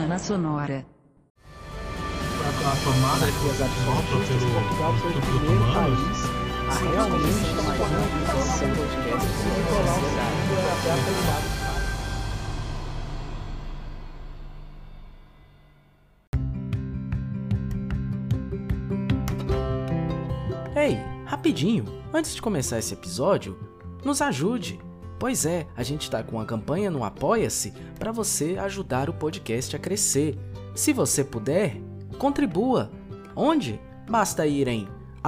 Semana Sonora. A tomada que sopra Portugal foi o pelo primeiro otomano. país a realmente fazer uma aplicação do podcast e colar o segundo até a qualidade. Ei, rapidinho, antes de começar esse episódio, nos ajude. Pois é, a gente tá com uma campanha no Apoia-se para você ajudar o podcast a crescer. Se você puder, contribua. Onde? Basta ir em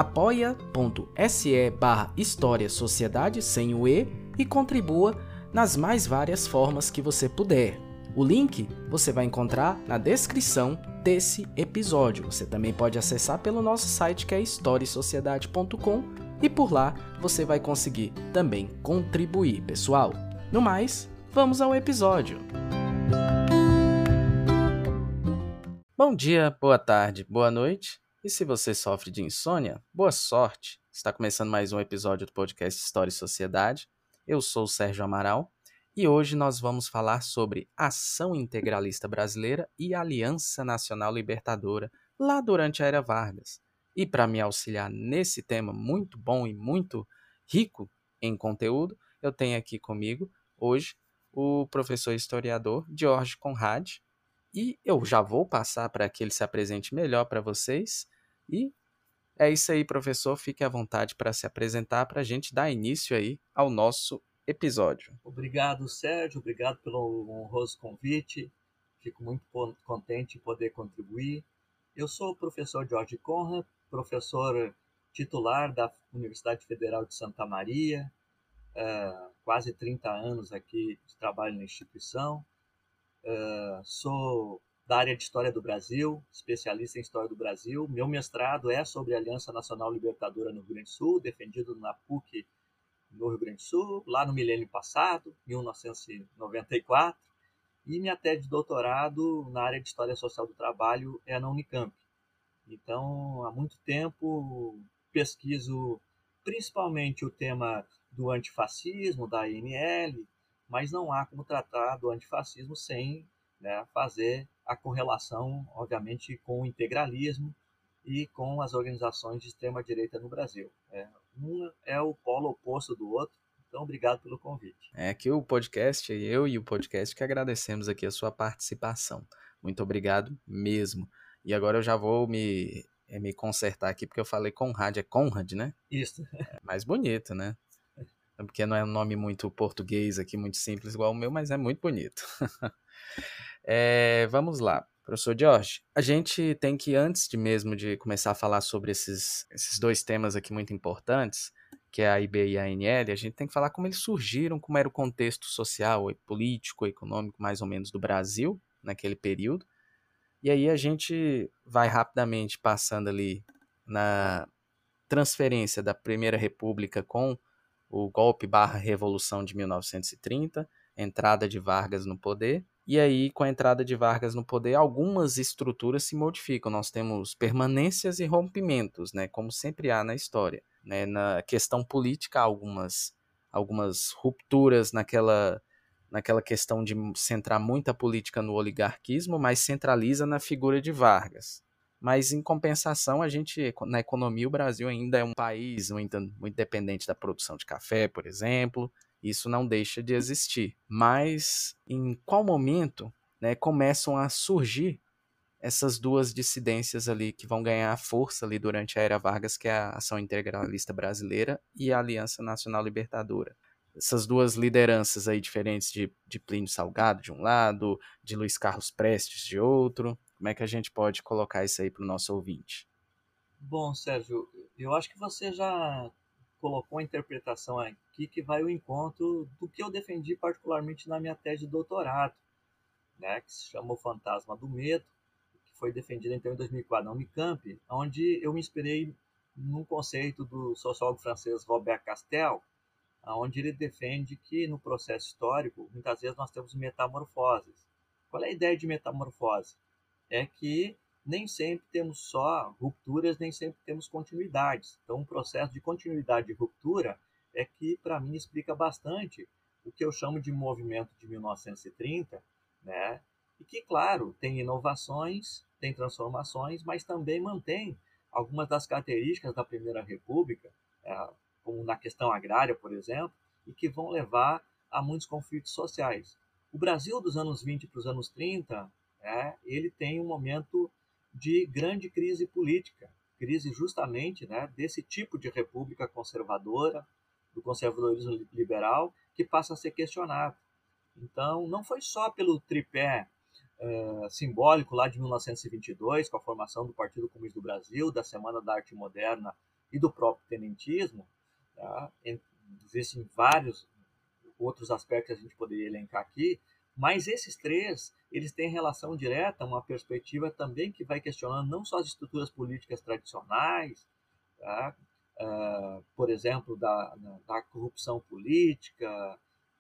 apoia.se/História Sociedade sem o E e contribua nas mais várias formas que você puder. O link você vai encontrar na descrição desse episódio. Você também pode acessar pelo nosso site que é historiesociedade.com e por lá você vai conseguir também contribuir, pessoal. No mais, vamos ao episódio. Bom dia, boa tarde, boa noite. E se você sofre de insônia, boa sorte. Está começando mais um episódio do podcast História e Sociedade. Eu sou o Sérgio Amaral. E hoje nós vamos falar sobre Ação Integralista Brasileira e Aliança Nacional Libertadora, lá durante a Era Vargas. E para me auxiliar nesse tema muito bom e muito rico em conteúdo, eu tenho aqui comigo hoje o professor historiador Jorge Conrad. E eu já vou passar para que ele se apresente melhor para vocês. E é isso aí, professor. Fique à vontade para se apresentar, para a gente dar início aí ao nosso episódio. Obrigado, Sérgio. Obrigado pelo honroso convite. Fico muito contente em poder contribuir. Eu sou o professor Jorge Conrad, professor titular da Universidade Federal de Santa Maria, quase 30 anos aqui de trabalho na instituição. Sou da área de História do Brasil, especialista em História do Brasil. Meu mestrado é sobre a Aliança Nacional Libertadora no Rio Grande do Sul, defendido na PUC no Rio Grande do Sul, lá no milênio passado, 1994, e minha tese de doutorado na área de História Social do Trabalho é na Unicamp. Então, há muito tempo pesquiso principalmente o tema do antifascismo, da ANL, mas não há como tratar do antifascismo sem, fazer a correlação, obviamente, com o integralismo e com as organizações de extrema-direita no Brasil. Um é o polo oposto do outro, então obrigado pelo convite. Que o podcast, eu e o podcast que agradecemos aqui a sua participação. Muito obrigado mesmo. E agora eu já vou me consertar aqui, porque eu falei Conrad, é Conrad, né? Isso. É mais bonito, né? Porque não é um nome muito português aqui, muito simples igual o meu, mas é muito bonito. Vamos lá. Professor Jorge, a gente tem que, antes de começar a falar sobre esses dois temas aqui muito importantes, que é a IB e a ANL, a gente tem que falar como eles surgiram, como era o contexto social, político, econômico, mais ou menos, do Brasil, naquele período. E aí a gente vai rapidamente passando ali na transferência da Primeira República com o golpe/revolução de 1930, entrada de Vargas no poder. E aí, com a entrada de Vargas no poder, algumas estruturas se modificam. Nós temos permanências e rompimentos, né, como sempre há na história. Né? Na questão política, algumas rupturas naquela questão de centrar muita política no oligarquismo, mas centraliza na figura de Vargas. Mas, em compensação, na economia, o Brasil ainda é um país muito dependente da produção de café, por exemplo. Isso não deixa de existir. Mas em qual momento, né, começam a surgir essas duas dissidências ali que vão ganhar força ali durante a Era Vargas, que é a Ação Integralista Brasileira e a Aliança Nacional Libertadora? Essas duas lideranças aí diferentes de Plínio Salgado de um lado, de Luiz Carlos Prestes de outro. Como é que a gente pode colocar isso aí para o nosso ouvinte? Bom, Sérgio, eu acho que você já colocou a interpretação aqui que vai ao encontro do que eu defendi particularmente na minha tese de doutorado, né, que se chama O Fantasma do Medo, que foi defendida então em 2004 na Unicamp, onde eu me inspirei num conceito do sociólogo francês Robert Castel, onde ele defende que no processo histórico, muitas vezes nós temos metamorfoses. Qual é a ideia de metamorfose? É que nem sempre temos só rupturas, nem sempre temos continuidades. Então, um processo de continuidade e ruptura é que, para mim, explica bastante o que eu chamo de movimento de 1930, né, e que, claro, tem inovações, tem transformações, mas também mantém algumas das características da Primeira República, como na questão agrária, por exemplo, e que vão levar a muitos conflitos sociais. O Brasil dos anos 20 para os anos 30, ele tem um momento de grande crise política, crise justamente, né, desse tipo de república conservadora, do conservadorismo liberal, que passa a ser questionado. Então, não foi só pelo tripé simbólico lá de 1922, com a formação do Partido Comunista do Brasil, da Semana da Arte Moderna e do próprio tenentismo. Tá? Existem vários outros aspectos que a gente poderia elencar aqui, mas esses três, eles têm relação direta, uma perspectiva também que vai questionando não só as estruturas políticas tradicionais, tá? Por exemplo, da corrupção política,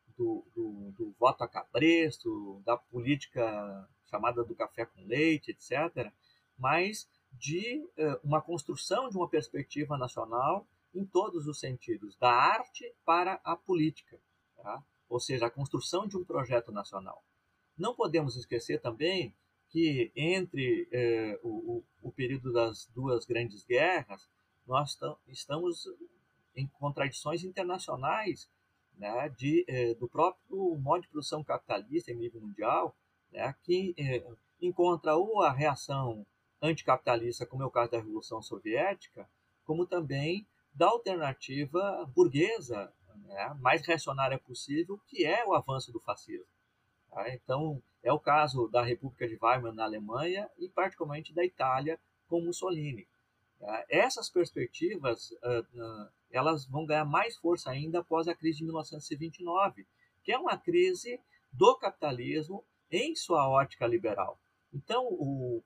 do voto a cabresto, da política chamada do café com leite, etc., mas de uma construção de uma perspectiva nacional em todos os sentidos, da arte para a política, tá? Ou seja, a construção de um projeto nacional. Não podemos esquecer também que entre o período das duas grandes guerras, nós estamos em contradições internacionais, né, do próprio modo de produção capitalista em nível mundial, né, que encontra ou a reação anticapitalista, como é o caso da Revolução Soviética, como também da alternativa burguesa, né, mais reacionária possível, que é o avanço do fascismo. Tá? Então, é o caso da República de Weimar na Alemanha e, particularmente, da Itália com Mussolini. Tá? Essas perspectivas elas vão ganhar mais força ainda após a crise de 1929, que é uma crise do capitalismo em sua ótica liberal. Então, o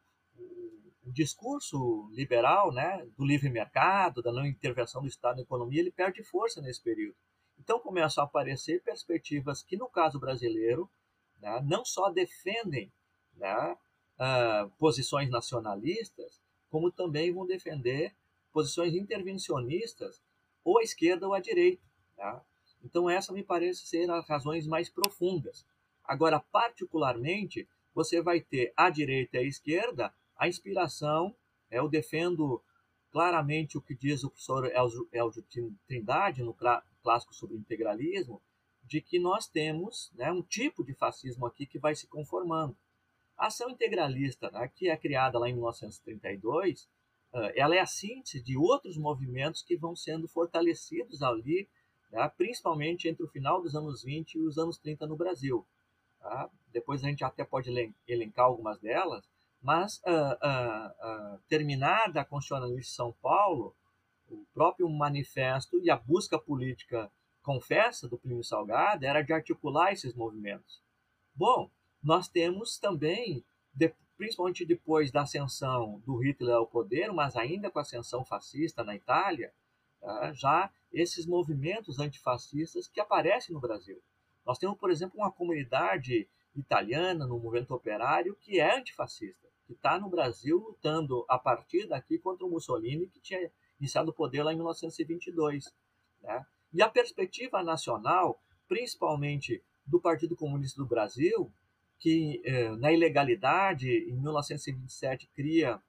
discurso liberal, né, do livre mercado, da não intervenção do Estado na economia, ele perde força nesse período. Então, começam a aparecer perspectivas que, no caso brasileiro, né, não só defendem, né, posições nacionalistas, como também vão defender posições intervencionistas, ou à esquerda ou à direita. Tá? Então, essa me parece ser as razões mais profundas. Agora, particularmente, você vai ter à direita e à esquerda a inspiração, eu defendo claramente o que diz o professor Elgio Trindade, no clássico sobre integralismo, de que nós temos, né, um tipo de fascismo aqui que vai se conformando. A ação integralista, né, que é criada lá em 1932, ela é a síntese de outros movimentos que vão sendo fortalecidos ali, né, principalmente entre o final dos anos 20 e os anos 30 no Brasil. Tá? Depois a gente até pode elencar algumas delas, mas terminada a Constitucionalista de São Paulo, o próprio manifesto e a busca política confessa do Plínio Salgado era de articular esses movimentos. Bom, nós temos também, principalmente depois da ascensão do Hitler ao poder, mas ainda com a ascensão fascista na Itália, já esses movimentos antifascistas que aparecem no Brasil. Nós temos, por exemplo, uma comunidade italiana no movimento operário que é antifascista, que está no Brasil lutando a partir daqui contra o Mussolini, que tinha iniciado o poder lá em 1922. Né? E a perspectiva nacional, principalmente do Partido Comunista do Brasil, que na ilegalidade, em 1927, cria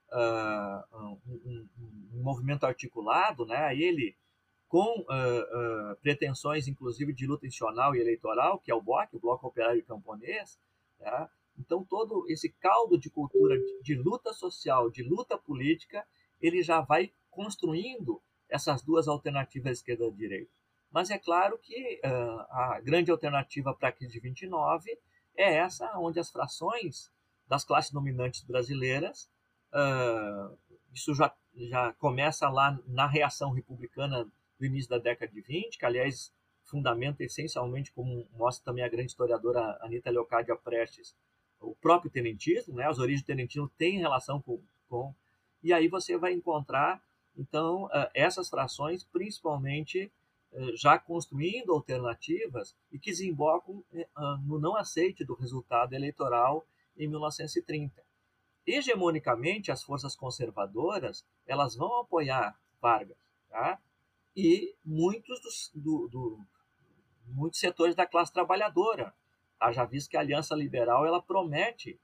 um movimento articulado, né? Ele com pretensões, inclusive, de luta institucional e eleitoral, que é o BOC, o Bloco Operário Camponês. Né? Então, todo esse caldo de cultura de luta social, de luta política, ele já vai construindo essas duas alternativas esquerda e direita. Mas é claro que a grande alternativa para a crise de 29 é essa, onde as frações das classes dominantes brasileiras, isso já começa lá na reação republicana do início da década de 20, que, aliás, fundamenta essencialmente, como mostra também a grande historiadora Anita Leocádia Prestes, o próprio tenentismo, né? As origens do tenentismo têm relação com... E aí você vai encontrar, então, essas frações, principalmente, já construindo alternativas e que desembocam no não aceite do resultado eleitoral em 1930. Hegemonicamente, as forças conservadoras elas vão apoiar Vargas, tá? E muitos setores da classe trabalhadora, Haja visto que a Aliança Liberal ela promete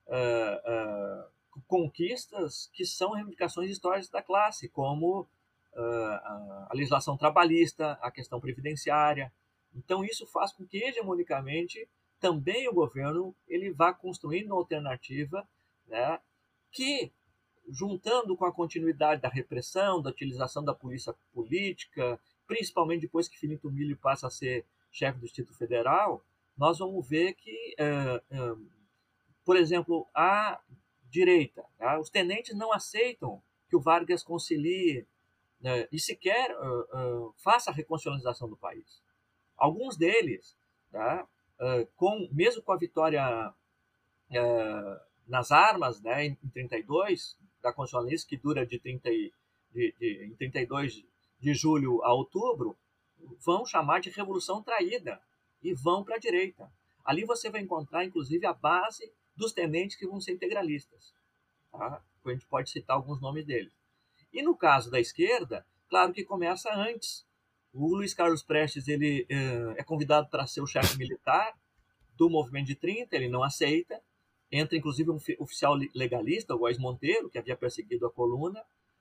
conquistas que são reivindicações históricas da classe, como a legislação trabalhista, a questão previdenciária. Então, isso faz com que, hegemonicamente, também o governo ele vá construindo uma alternativa, né, que, juntando com a continuidade da repressão, da utilização da polícia política, principalmente depois que Filinto Milho passa a ser chefe do Distrito Federal, nós vamos ver que, por exemplo, a direita, tá? Os tenentes não aceitam que o Vargas concilie e sequer faça a reconciliação do país. Alguns deles, tá? Mesmo com a vitória nas armas, né, em 32, da Constitucionalista, que dura em 32 de julho a outubro, vão chamar de Revolução Traída e vão para a direita. Ali você vai encontrar, inclusive, a base dos tenentes que vão ser integralistas. Tá? A gente pode citar alguns nomes deles. E no caso da esquerda, claro que começa antes. O Luiz Carlos Prestes ele é convidado para ser o chefe militar do movimento de 30, ele não aceita. Entra, inclusive, um oficial legalista, o Góes Monteiro, que havia perseguido a coluna.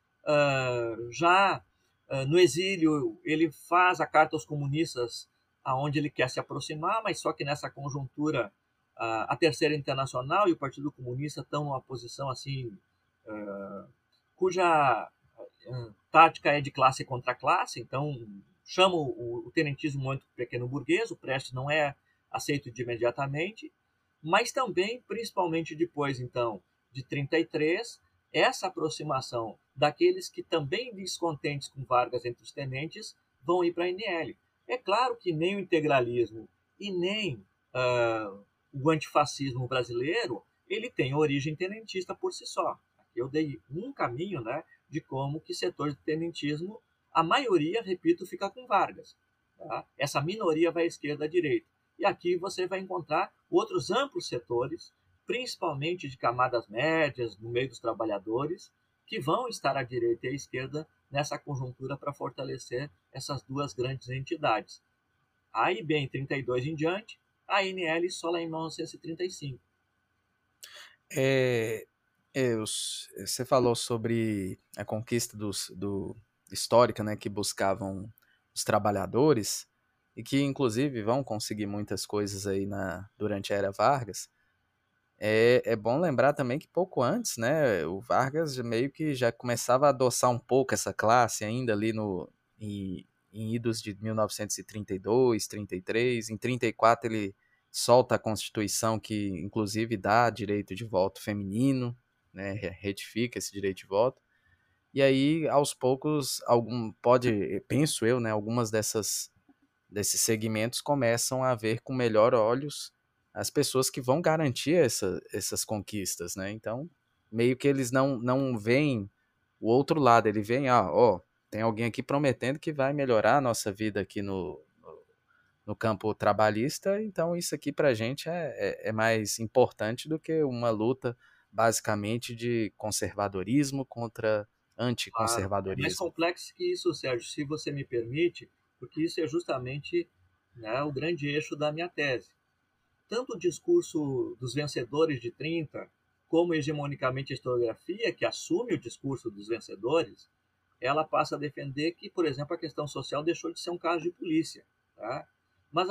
No exílio, ele faz a carta aos comunistas, aonde ele quer se aproximar, mas só que nessa conjuntura, a Terceira Internacional e o Partido Comunista estão numa posição assim, cuja tática é de classe contra classe, então chama o tenentismo muito pequeno burguês, o Prestes não é aceito de imediatamente, mas também, principalmente depois, então, de 33, essa aproximação daqueles que também descontentes com Vargas entre os tenentes vão ir para a ANL. É claro que nem o integralismo e nem o antifascismo brasileiro, ele tem origem tenentista por si só. Aqui eu dei um caminho, né, de como que setores de tenentismo, a maioria, repito, fica com Vargas. Tá? Essa minoria vai à esquerda, à direita. E aqui você vai encontrar outros amplos setores, principalmente de camadas médias, no meio dos trabalhadores, que vão estar à direita e à esquerda nessa conjuntura para fortalecer essas duas grandes entidades. A AIB em 32 em diante, a ANL só lá em 1935. Você falou sobre a conquista histórica, né, que buscavam os trabalhadores e que, inclusive, vão conseguir muitas coisas aí durante a Era Vargas. É bom lembrar também que pouco antes, né, o Vargas meio que já começava a adoçar um pouco essa classe ainda ali em idos de 1932, 33. Em 34 ele solta a Constituição que, inclusive, dá direito de voto feminino, né, retifica esse direito de voto. E aí, aos poucos, penso eu, né, algumas desses segmentos começam a ver com melhor olhos as pessoas que vão garantir essas conquistas, né? Então, meio que eles não veem o outro lado, ele vem, tem alguém aqui prometendo que vai melhorar a nossa vida aqui no campo trabalhista, então isso aqui pra gente é mais importante do que uma luta basicamente de conservadorismo contra anticonservadorismo. É mais complexo que isso, Sérgio, se você me permite, porque isso é justamente, né, o grande eixo da minha tese. Tanto o discurso dos vencedores de 30, como hegemonicamente a historiografia, que assume o discurso dos vencedores, ela passa a defender que, por exemplo, a questão social deixou de ser um caso de polícia. Tá? Mas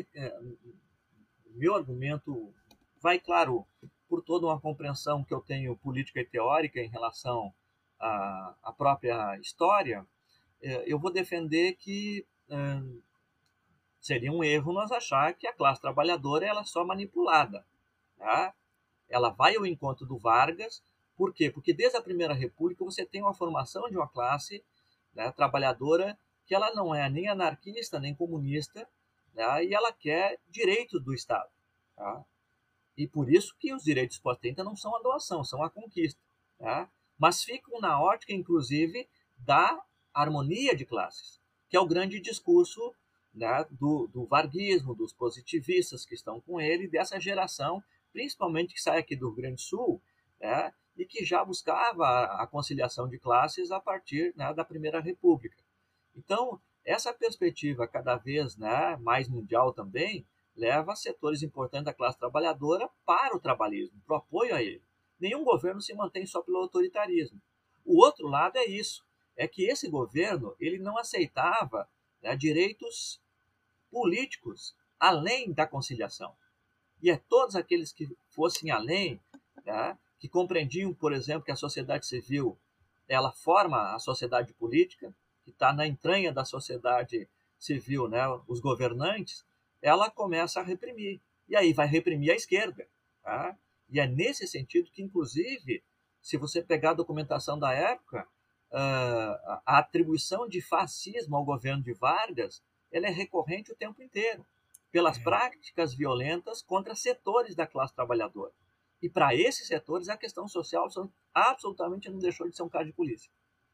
meu argumento vai, claro, por toda uma compreensão que eu tenho política e teórica em relação à própria história, eu vou defender que seria um erro nós achar que a classe trabalhadora ela é só manipulada. Tá? Ela vai ao encontro do Vargas. Por quê? Porque desde a Primeira República você tem uma formação de uma classe, né, trabalhadora que ela não é nem anarquista nem comunista, né, e ela quer direitos do Estado. Tá? E por isso que os direitos pós-30 não são a doação, são a conquista. Tá? Mas ficam na ótica, inclusive, da harmonia de classes, que é o grande discurso, né, do varguismo, dos positivistas que estão com ele, dessa geração, principalmente que sai aqui do Rio Grande do Sul, né, e que já buscava a conciliação de classes a partir, né, da Primeira República. Então, essa perspectiva cada vez, né, mais mundial também leva setores importantes da classe trabalhadora para o trabalhismo, para o apoio a ele. Nenhum governo se mantém só pelo autoritarismo. O outro lado é isso, é que esse governo ele não aceitava, né, direitos políticos além da conciliação. E é todos aqueles que fossem além, né, que compreendiam, por exemplo, que a sociedade civil ela forma a sociedade política, que está na entranha da sociedade civil, né, os governantes, ela começa a reprimir. E aí vai reprimir a esquerda. Tá? E é nesse sentido que, inclusive, se você pegar a documentação da época, a atribuição de fascismo ao governo de Vargas ela é recorrente o tempo inteiro, pelas práticas violentas contra setores da classe trabalhadora. E para esses setores, a questão social absolutamente não deixou de ser um caso de polícia.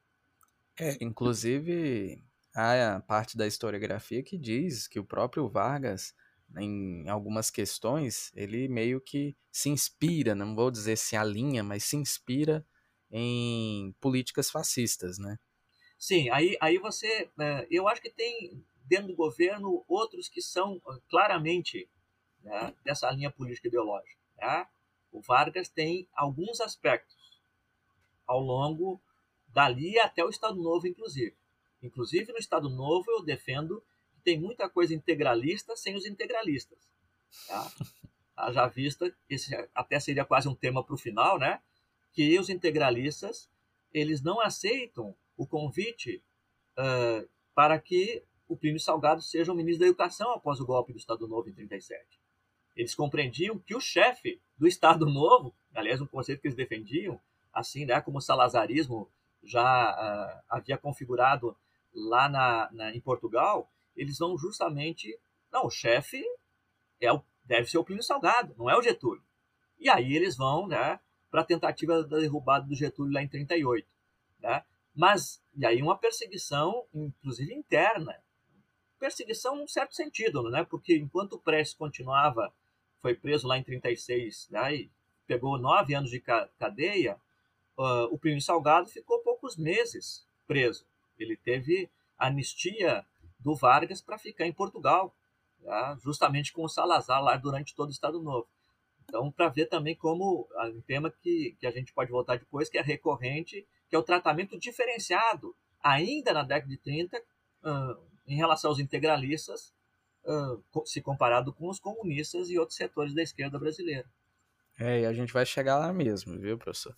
Inclusive, há a parte da historiografia que diz que o próprio Vargas, em algumas questões, ele meio que se inspira, não vou dizer se alinha, mas se inspira em políticas fascistas, né? Sim, aí você... eu acho que tem dentro do governo outros que são claramente, né, dessa linha política ideológica. Né? O Vargas tem alguns aspectos ao longo dali até o Estado Novo, inclusive. Inclusive, no Estado Novo, eu defendo que tem muita coisa integralista sem os integralistas. Tá? Haja vista, esse até seria quase um tema para o final, né? Que os integralistas eles não aceitam o convite para que o Plínio Salgado seja o ministro da Educação após o golpe do Estado Novo em 1937. Eles compreendiam que o chefe do Estado Novo, aliás, um conceito que eles defendiam, assim, né, como o salazarismo já havia configurado lá em Portugal, eles vão justamente... Não, o chefe deve ser o Plínio Salgado, não é o Getúlio. E aí eles vão, né, para a tentativa da derrubada do Getúlio lá em 1938. Né? Mas, e aí uma perseguição, inclusive interna, perseguição num certo sentido, né? Porque enquanto o Prestes continuava, foi preso lá em 1936, né, e pegou 9 anos de cadeia, o Plínio Salgado ficou poucos meses preso. Ele teve anistia do Vargas para ficar em Portugal, tá? Justamente com o Salazar lá durante todo o Estado Novo. Então, para ver também como um tema que a gente pode voltar depois, que é recorrente, que é o tratamento diferenciado, ainda na década de 30, em relação aos integralistas, se comparado com os comunistas e outros setores da esquerda brasileira. E a gente vai chegar lá mesmo, viu, professor?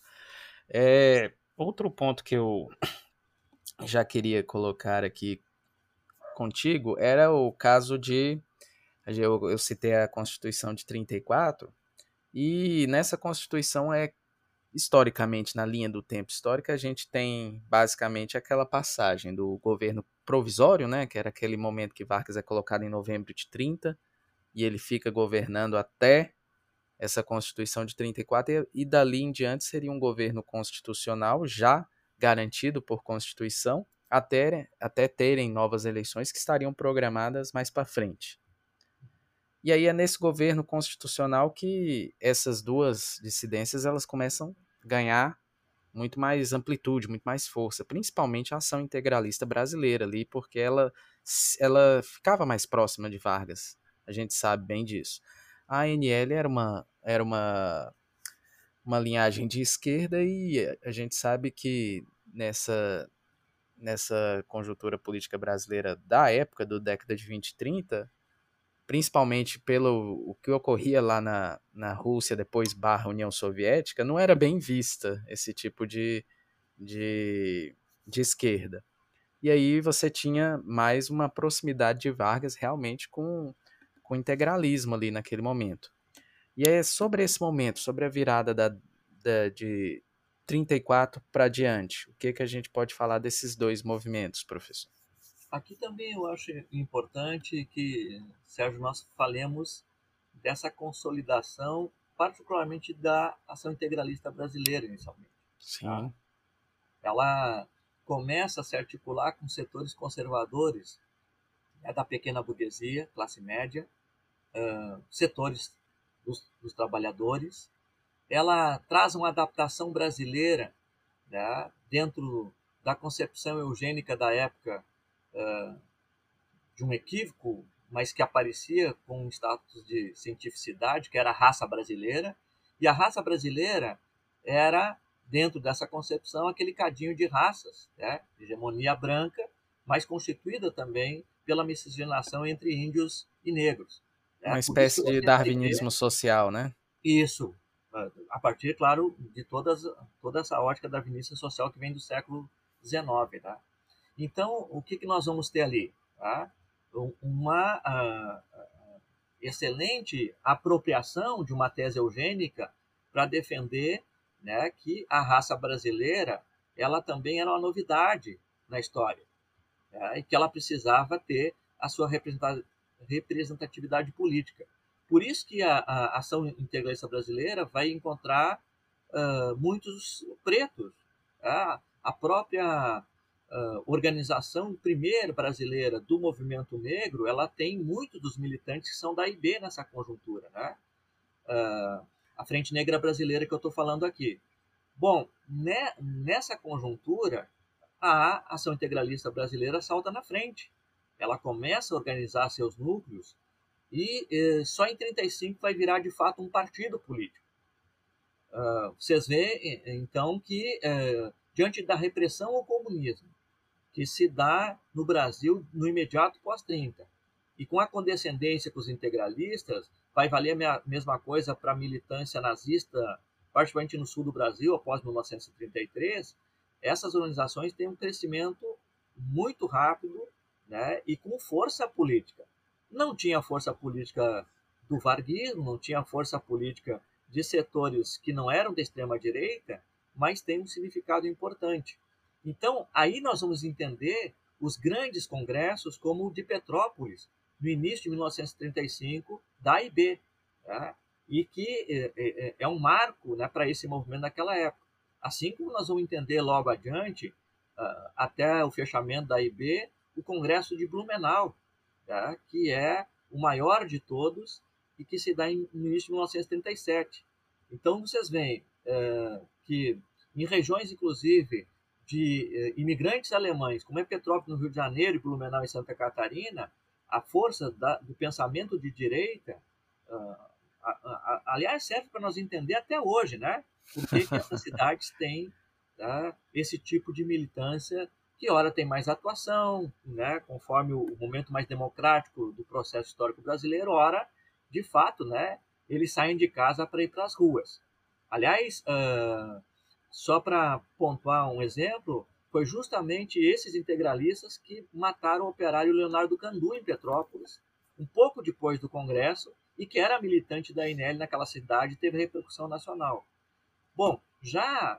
Outro ponto que eu já queria colocar aqui contigo era o caso de... Eu citei a Constituição de 34, e nessa Constituição historicamente, na linha do tempo histórico, a gente tem basicamente aquela passagem do governo provisório, né, que era aquele momento que Vargas é colocado em novembro de 30, e ele fica governando até essa Constituição de 34, e dali em diante seria um governo constitucional já garantido por Constituição, até terem novas eleições que estariam programadas mais para frente. E aí é nesse governo constitucional que essas duas dissidências elas começam a ganhar muito mais amplitude, muito mais força, principalmente a ação integralista brasileira ali, porque ela ficava mais próxima de Vargas. A gente sabe bem disso. A ANL era uma linhagem de esquerda, e a gente sabe que nessa conjuntura política brasileira da época, da década de 20 e 30, principalmente pelo o que ocorria lá na Rússia, depois / União Soviética, não era bem vista esse tipo de esquerda. E aí você tinha mais uma proximidade de Vargas realmente com o integralismo ali naquele momento. E é sobre esse momento, sobre a virada de 34 para diante, o que a gente pode falar desses dois movimentos, professor? Aqui também eu acho importante que, Sérgio, nós falemos dessa consolidação, particularmente da ação integralista brasileira, inicialmente. Sim. Tá? Ela começa a se articular com setores conservadores, né, da pequena burguesia, classe média, setores dos trabalhadores. Ela traz uma adaptação brasileira, né, dentro da concepção eugênica da época, de um equívoco mas que aparecia com um status de cientificidade, que era a raça brasileira. E a raça brasileira era, dentro dessa concepção, aquele cadinho de raças, né? Hegemonia branca, mas constituída também pela miscigenação entre índios e negros. Uma espécie de darwinismo social, né? Isso, a partir, claro, de toda essa ótica darwinista social que vem do século XIX. Tá? Então, o que nós vamos ter ali? Tá? Uma excelente apropriação de uma tese eugênica para defender, né, que a raça brasileira ela também era uma novidade na história, né, e que ela precisava ter a sua representatividade política. Por isso que a ação integralista brasileira vai encontrar muitos pretos. Tá? A própria organização primeira brasileira do movimento negro, ela tem muitos dos militantes que são da IB nessa conjuntura, né? A Frente Negra Brasileira que eu estou falando aqui. Bom, nessa conjuntura, a ação integralista brasileira salta na frente. Ela começa a organizar seus núcleos e só em 1935 vai virar de fato um partido político. Vocês veem, então, que diante da repressão ao comunismo, que se dá no Brasil no imediato pós-30, e com a condescendência com os integralistas, vai valer a mesma coisa para a militância nazista, particularmente no sul do Brasil, após 1933, essas organizações têm um crescimento muito rápido, né, e com força política. Não tinha força política do varguismo, não tinha força política de setores que não eram da extrema-direita, mas tem um significado importante. Então, aí nós vamos entender os grandes congressos como o de Petrópolis, no início de 1935, da AIB, né? E que é um marco, né, para esse movimento naquela época. Assim como nós vamos entender logo adiante, até o fechamento da AIB, o Congresso de Blumenau, tá? Que é o maior de todos e que se dá no início de 1937. Então, vocês veem que em regiões, inclusive, de imigrantes alemães, como é Petrópolis no Rio de Janeiro e Blumenau em Santa Catarina, a força do pensamento de direita, aliás, serve para nós entender até hoje, né? Por que essas cidades têm, tá, esse tipo de militância que, ora, tem mais atuação, né, conforme o momento mais democrático do processo histórico brasileiro, ora, de fato, né, eles saem de casa para ir para as ruas. Aliás, só para pontuar um exemplo, foi justamente esses integralistas que mataram o operário Leonardo Candu em Petrópolis, um pouco depois do Congresso, e que era militante da INL naquela cidade e teve repercussão nacional. Bom, já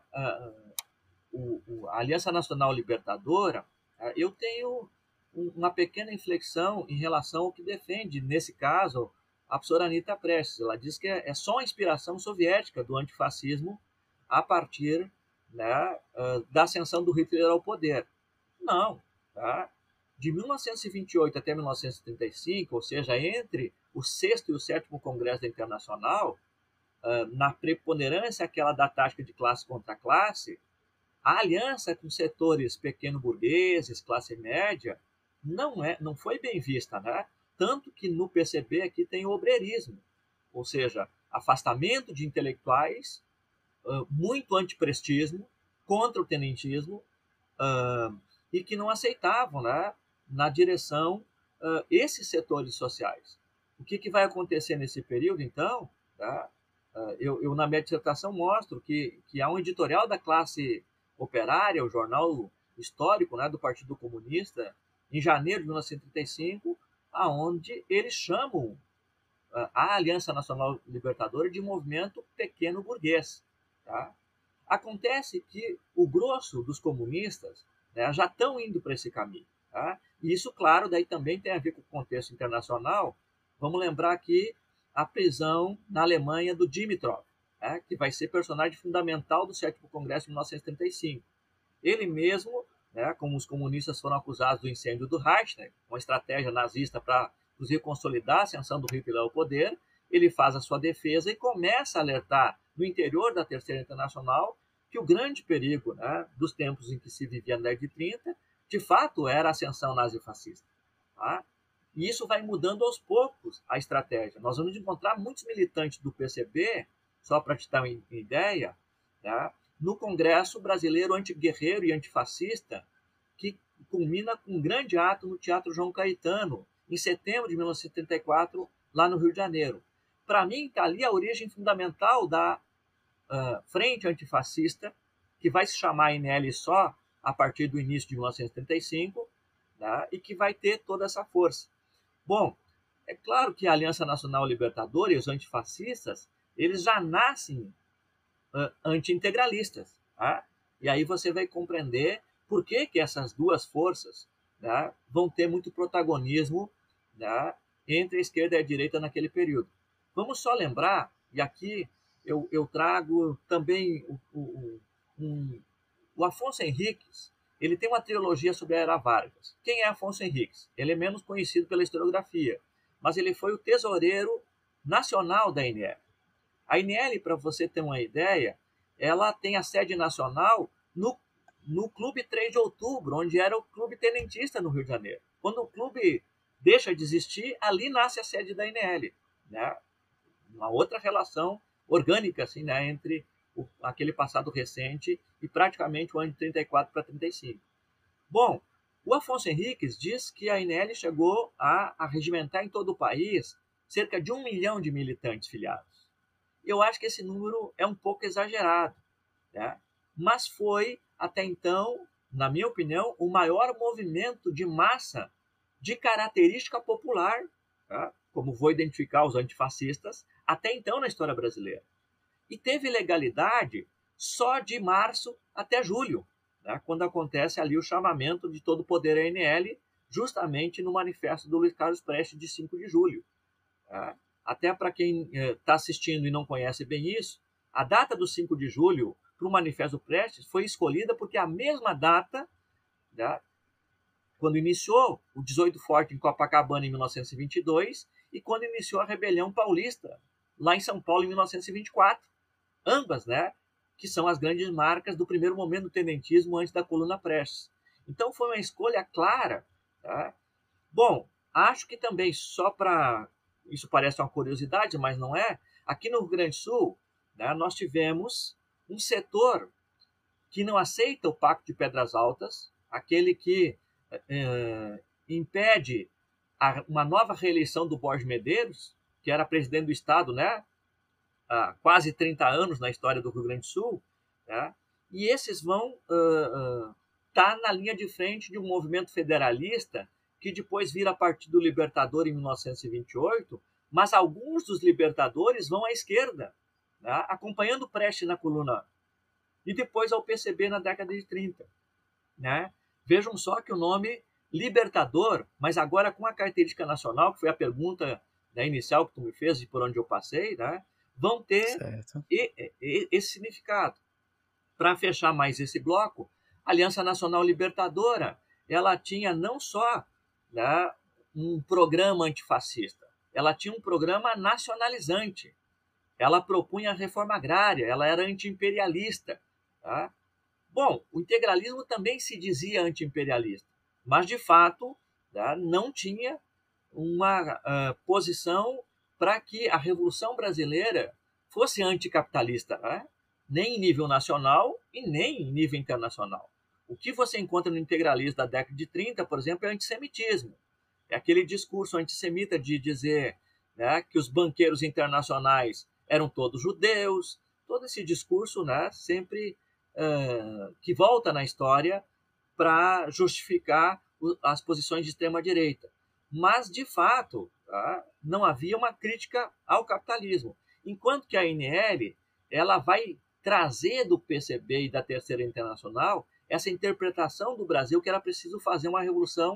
a Aliança Nacional Libertadora, eu tenho uma pequena inflexão em relação ao que defende, nesse caso, a professora Anita Prestes. Ela diz que é só a inspiração soviética do antifascismo a partir, né, da ascensão do Hitler ao poder. Não. Tá? De 1928 até 1935, ou seja, entre o 6º e o 7º Congresso da Internacional, na preponderância aquela da tática de classe contra classe, a aliança com setores pequeno-burgueses, classe média, não foi bem vista, né? Tanto que no PCB aqui tem o obreirismo, ou seja, afastamento de intelectuais, muito antiprestismo, contra o tenentismo, e que não aceitavam, né, na direção esses setores sociais. O que vai acontecer nesse período, então? Tá? Eu, na minha dissertação, mostro que há um editorial da classe operária, o jornal histórico, né, do Partido Comunista, em janeiro de 1935, aonde eles chamam a Aliança Nacional Libertadora de movimento pequeno-burguês. Tá? Acontece que o grosso dos comunistas, né, já estão indo para esse caminho. Tá? E isso, claro, daí também tem a ver com o contexto internacional. Vamos lembrar aqui a prisão na Alemanha do Dimitrov, né, que vai ser personagem fundamental do 7º Congresso de 1935. Ele mesmo, né, como os comunistas foram acusados do incêndio do Reich, né, uma estratégia nazista para, inclusive, consolidar a ascensão do Hitler ao poder, ele faz a sua defesa e começa a alertar no interior da Terceira Internacional que o grande perigo, né, dos tempos em que se vivia na década de 30, de fato, era a ascensão nazifascista. Tá? E isso vai mudando aos poucos a estratégia. Nós vamos encontrar muitos militantes do PCB, só para te dar uma ideia, tá? No Congresso Brasileiro Antiguerreiro e Antifascista, que culmina com um grande ato no Teatro João Caetano, em setembro de 1974, lá no Rio de Janeiro. Para mim, está ali a origem fundamental da Frente Antifascista, que vai se chamar ANL só a partir do início de 1975, tá? E que vai ter toda essa força. Bom, é claro que a Aliança Nacional Libertadora e os antifascistas, eles já nascem anti-integralistas. Tá? E aí você vai compreender por que essas duas forças, tá, vão ter muito protagonismo, tá, entre a esquerda e a direita naquele período. Vamos só lembrar, e aqui eu trago também o Afonso Henriques. Ele tem uma trilogia sobre a Era Vargas. Quem é Afonso Henriques? Ele é menos conhecido pela historiografia, mas ele foi o tesoureiro nacional da ANL. A ANL, para você ter uma ideia, ela tem a sede nacional no Clube 3 de Outubro, onde era o clube tenentista no Rio de Janeiro. Quando o clube deixa de existir, ali nasce a sede da ANL. Né? Uma outra relação orgânica assim, né, entre aquele passado recente e praticamente o ano de 34 para 35. Bom, o Afonso Henriques diz que a ANL chegou a regimentar em todo o país cerca de 1 milhão de militantes filiados. Eu acho que esse número é um pouco exagerado, né? Mas foi, até então, na minha opinião, o maior movimento de massa de característica popular, tá? Como vou identificar os antifascistas, até então na história brasileira. E teve legalidade só de março até julho, né? Quando acontece ali o chamamento de todo o poder ANL, justamente no manifesto do Luiz Carlos Prestes de 5 de julho. Tá? Até para quem está assistindo e não conhece bem isso, a data do 5 de julho para o Manifesto Prestes foi escolhida porque é a mesma data, né, quando iniciou o 18 Forte em Copacabana em 1922 e quando iniciou a Rebelião Paulista lá em São Paulo em 1924. Ambas, né, que são as grandes marcas do primeiro momento do tenentismo antes da coluna Prestes. Então foi uma escolha clara. Tá? Bom, acho que também só para... Isso parece uma curiosidade, mas não é. Aqui no Rio Grande do Sul, né, nós tivemos um setor que não aceita o Pacto de Pedras Altas, aquele que impede uma nova reeleição do Borges Medeiros, que era presidente do Estado, né, há quase 30 anos na história do Rio Grande do Sul, né, e esses vão estar na linha de frente de um movimento federalista que depois vira Partido Libertador em 1928, mas alguns dos libertadores vão à esquerda, né, acompanhando Prestes na coluna, e depois ao PCB na década de 30. Né? Vejam só que o nome Libertador, mas agora com a característica nacional, que foi a pergunta, né, inicial que tu me fez e por onde eu passei, né, vão ter esse significado. Para fechar mais esse bloco, a Aliança Nacional Libertadora, ela tinha não só, né, um programa antifascista, ela tinha um programa nacionalizante. Ela propunha a reforma agrária, ela era anti-imperialista. Tá? Bom, o integralismo também se dizia anti-imperialista, mas, de fato, tá, não tinha uma posição para que a Revolução Brasileira fosse anticapitalista, né? Nem em nível nacional e nem em nível internacional. O que você encontra no integralismo da década de 30, por exemplo, é antissemitismo. É aquele discurso antissemita de dizer, né, que os banqueiros internacionais eram todos judeus, todo esse discurso, né, sempre que volta na história para justificar as posições de extrema-direita. Mas, de fato, tá, não havia uma crítica ao capitalismo. Enquanto que a ANL ela vai trazer do PCB e da Terceira Internacional essa interpretação do Brasil que era preciso fazer uma revolução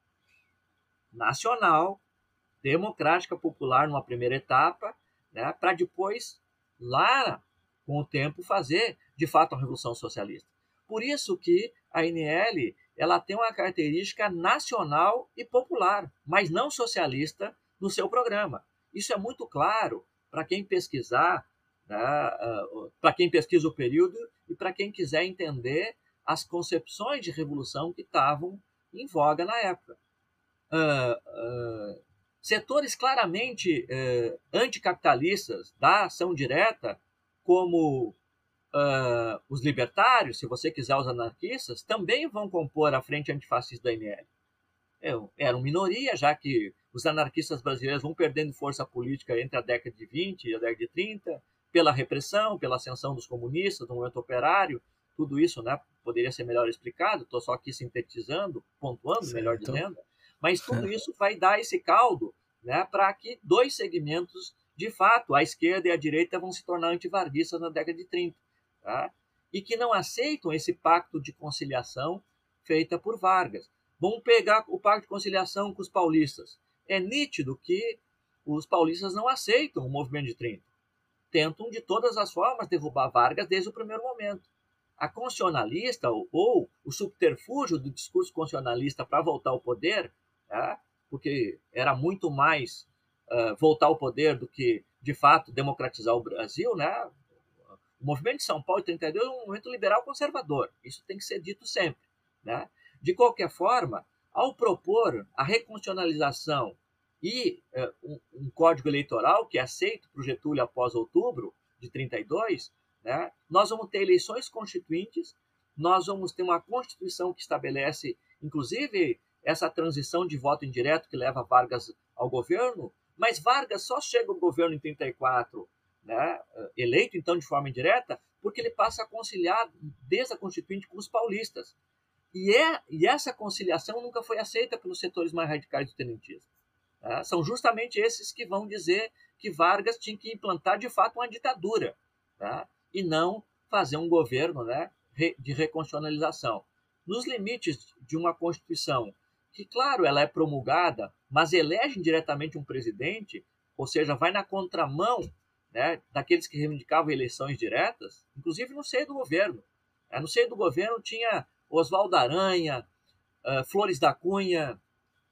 nacional, democrática, popular numa primeira etapa, né, para depois, lá com o tempo, fazer de fato a revolução socialista. Por isso que a ANL ela tem uma característica nacional e popular, mas não socialista no seu programa. Isso é muito claro para quem pesquisar, né, para quem pesquisa o período e para quem quiser entender as concepções de revolução que estavam em voga na época. setores claramente anticapitalistas da ação direta, como os libertários, se você quiser os anarquistas, também vão compor a frente antifascista da ANL. Eram minoria, já que os anarquistas brasileiros vão perdendo força política entre a década de 20 e a década de 30, pela repressão, pela ascensão dos comunistas, do movimento operário, tudo isso, né, poderia ser melhor explicado, estou só aqui sintetizando, pontuando, certo, melhor dizendo, mas tudo isso vai dar esse caldo, né, para que dois segmentos, de fato, a esquerda e a direita, vão se tornar antivarguistas na década de 30, tá? E que não aceitam esse pacto de conciliação feita por Vargas. Vamos pegar o pacto de conciliação com os paulistas. É nítido que os paulistas não aceitam o movimento de 30. Tentam, de todas as formas, derrubar Vargas desde o primeiro momento. A constitucionalista, ou o subterfúgio do discurso constitucionalista para voltar ao poder, tá? Porque era muito mais voltar ao poder do que, de fato, democratizar o Brasil, né? O movimento de São Paulo de 32 é um movimento liberal conservador. Isso tem que ser dito sempre, né? De qualquer forma, ao propor a reconstitucionalização e um código eleitoral que é aceito para o Getúlio após outubro de 32, né, nós vamos ter eleições constituintes, nós vamos ter uma Constituição que estabelece, inclusive, essa transição de voto indireto que leva Vargas ao governo, mas Vargas só chega ao governo em 34, né, eleito, então, de forma indireta, porque ele passa a conciliar desde a Constituinte com os paulistas. E essa conciliação nunca foi aceita pelos setores mais radicais do tenentismo. Tá? São justamente esses que vão dizer que Vargas tinha que implantar, de fato, uma ditadura, tá? E não fazer um governo, né, de reconstitucionalização. Nos limites de uma Constituição que, claro, ela é promulgada, mas elege indiretamente um presidente, ou seja, vai na contramão, né, daqueles que reivindicavam eleições diretas, inclusive no seio do governo. No seio do governo tinha Oswaldo Aranha, Flores da Cunha,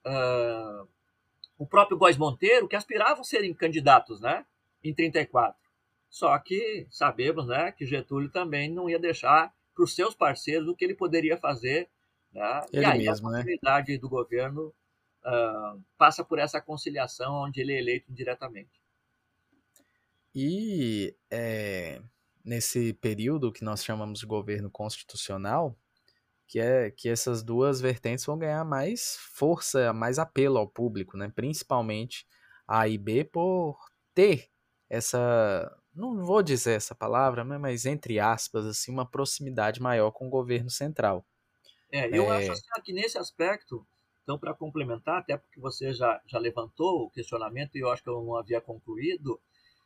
o próprio Góes Monteiro, que aspiravam a serem candidatos, né, em 34. Só que sabemos, né, que Getúlio também não ia deixar para os seus parceiros o que ele poderia fazer. Né? Ele e aí mesmo, a continuidade, né, do governo passa por essa conciliação onde ele é eleito diretamente. E nesse período que nós chamamos de governo constitucional, que essas duas vertentes vão ganhar mais força, mais apelo ao público, né? Principalmente a A e B por ter essa, não vou dizer essa palavra, mas entre aspas, assim, uma proximidade maior com o governo central. Eu acho assim, que nesse aspecto, então, para complementar, até porque você já levantou o questionamento e eu acho que eu não havia concluído,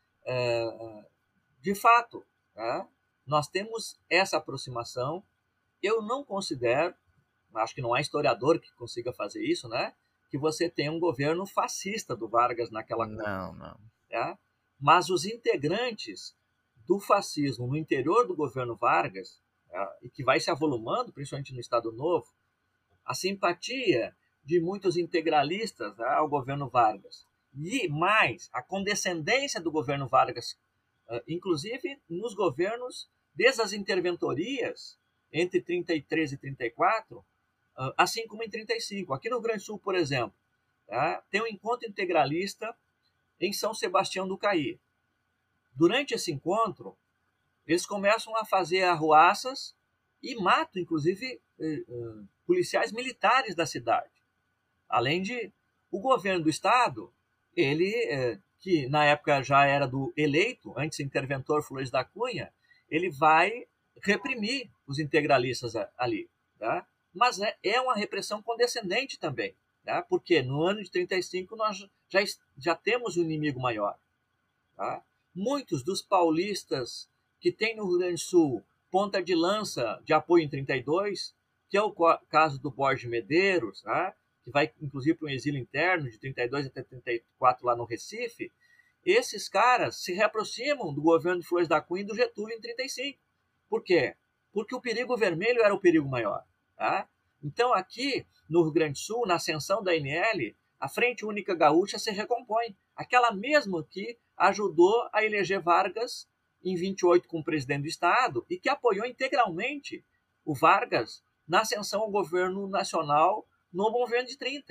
de fato, né, nós temos essa aproximação. Eu não considero, acho que não há historiador que consiga fazer isso, né, que você tenha um governo fascista do Vargas naquela Não, conta, não. né? Mas os integrantes do fascismo no interior do governo Vargas, e que vai se avolumando, principalmente no Estado Novo, a simpatia de muitos integralistas, né, ao governo Vargas, e mais a condescendência do governo Vargas, inclusive nos governos, desde as interventorias, entre 33 e 34, assim como em 35. Aqui no Rio Grande do Sul, por exemplo, tem um encontro integralista em São Sebastião do Caí. Durante esse encontro, eles começam a fazer arruaças e matam, inclusive, policiais militares da cidade. Além de o governo do Estado, ele, que na época já era do eleito, antes interventor Flores da Cunha, ele vai reprimir os integralistas ali. Tá? Mas é uma repressão condescendente também, tá? Porque no ano de 35 nós já temos um inimigo maior. Tá? Muitos dos paulistas que tem no Rio Grande do Sul ponta de lança de apoio em 32, que é o caso do Borges Medeiros, tá? Que vai inclusive para um exílio interno de 32 até 34 lá no Recife, esses caras se reaproximam do governo de Flores da Cunha e do Getúlio em 35. Por quê? Porque o perigo vermelho era o perigo maior. Tá? Então, aqui no Rio Grande do Sul, na ascensão da ANL, a Frente Única Gaúcha se recompõe. Aquela mesma que ajudou a eleger Vargas em 28 como presidente do Estado e que apoiou integralmente o Vargas na ascensão ao governo nacional no governo de 30.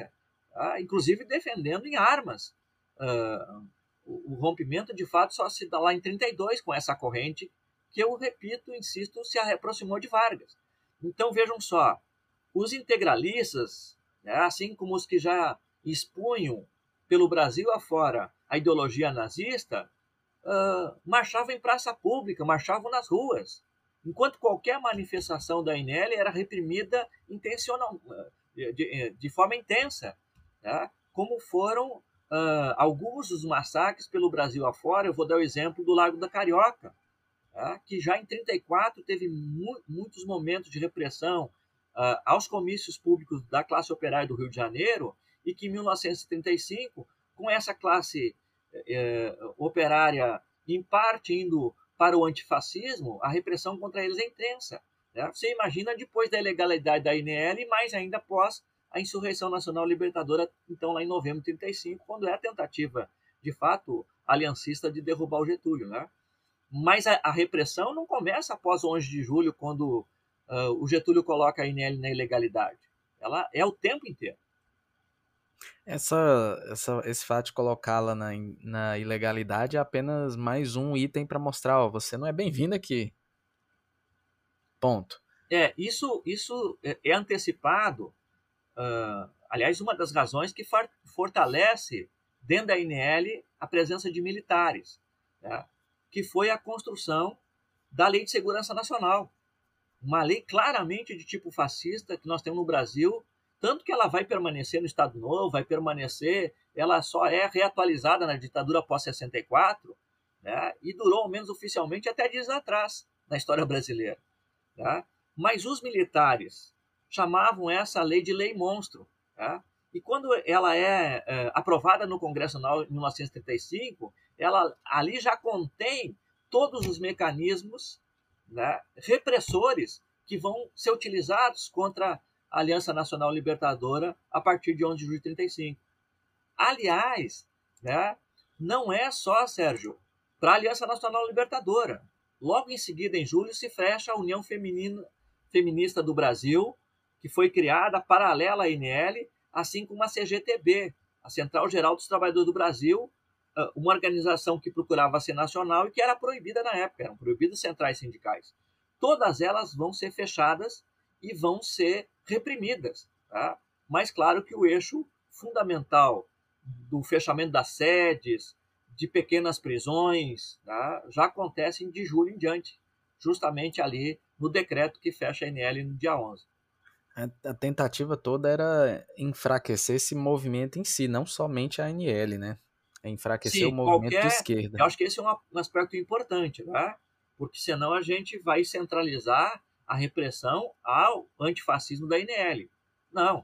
tá? Inclusive defendendo em armas. O rompimento, de fato, só se dá lá em 32 com essa corrente que eu repito, insisto, se aproximou de Vargas. Então, vejam só, os integralistas, né, assim como os que já expunham pelo Brasil afora a ideologia nazista, marchavam em praça pública, marchavam nas ruas, enquanto qualquer manifestação da ANL era reprimida de forma intensa, né, como foram alguns dos massacres pelo Brasil afora. Eu vou dar o exemplo do Largo da Carioca, que já em 1934 teve muitos momentos de repressão aos comícios públicos da classe operária do Rio de Janeiro, e que em 1935, com essa classe operária em parte indo para o antifascismo, a repressão contra eles é intensa. Né? Você imagina depois da ilegalidade da ANL e mais ainda após a Insurreição Nacional Libertadora, então lá em novembro de 1935, quando é a tentativa, de fato, aliancista de derrubar o Getúlio, né? Mas a repressão não começa após o 11 de julho, quando o Getúlio coloca a ANL na ilegalidade. Ela é o tempo inteiro. Esse fato de colocá-la na ilegalidade é apenas mais um item para mostrar, ó, você não é bem-vindo aqui. Ponto. Isso é antecipado. Aliás, uma das razões que fortalece dentro da ANL a presença de militares, né? Que foi a construção da Lei de Segurança Nacional. Uma lei claramente de tipo fascista que nós temos no Brasil, tanto que ela vai permanecer no Estado Novo, ela só é reatualizada na ditadura pós-64, né? E durou, ao menos oficialmente, até dias atrás na história brasileira. Tá? Mas os militares chamavam essa lei de lei monstro. Tá? E quando ela é aprovada no Congresso Nacional em 1935, ela ali já contém todos os mecanismos, né, repressores que vão ser utilizados contra a Aliança Nacional Libertadora a partir de 11 de julho de 1935. Aliás, né, não é só, Sérgio, para a Aliança Nacional Libertadora. Logo em seguida, em julho, se fecha a União Feminista do Brasil, que foi criada paralela à ANL, assim como a CGTB, a Central Geral dos Trabalhadores do Brasil, uma organização que procurava ser nacional e que era proibida na época, eram proibidas centrais sindicais. Todas elas vão ser fechadas e vão ser reprimidas. Tá? Mas claro que o eixo fundamental do fechamento das sedes, de pequenas prisões, tá, já acontecem de julho em diante, justamente ali no decreto que fecha a ANL no dia 11. A tentativa toda era enfraquecer esse movimento em si, não somente a ANL, né? Enfraquecer o movimento de esquerda. Eu acho que esse é um aspecto importante, né? Porque senão a gente vai centralizar a repressão ao antifascismo da ANL. Não.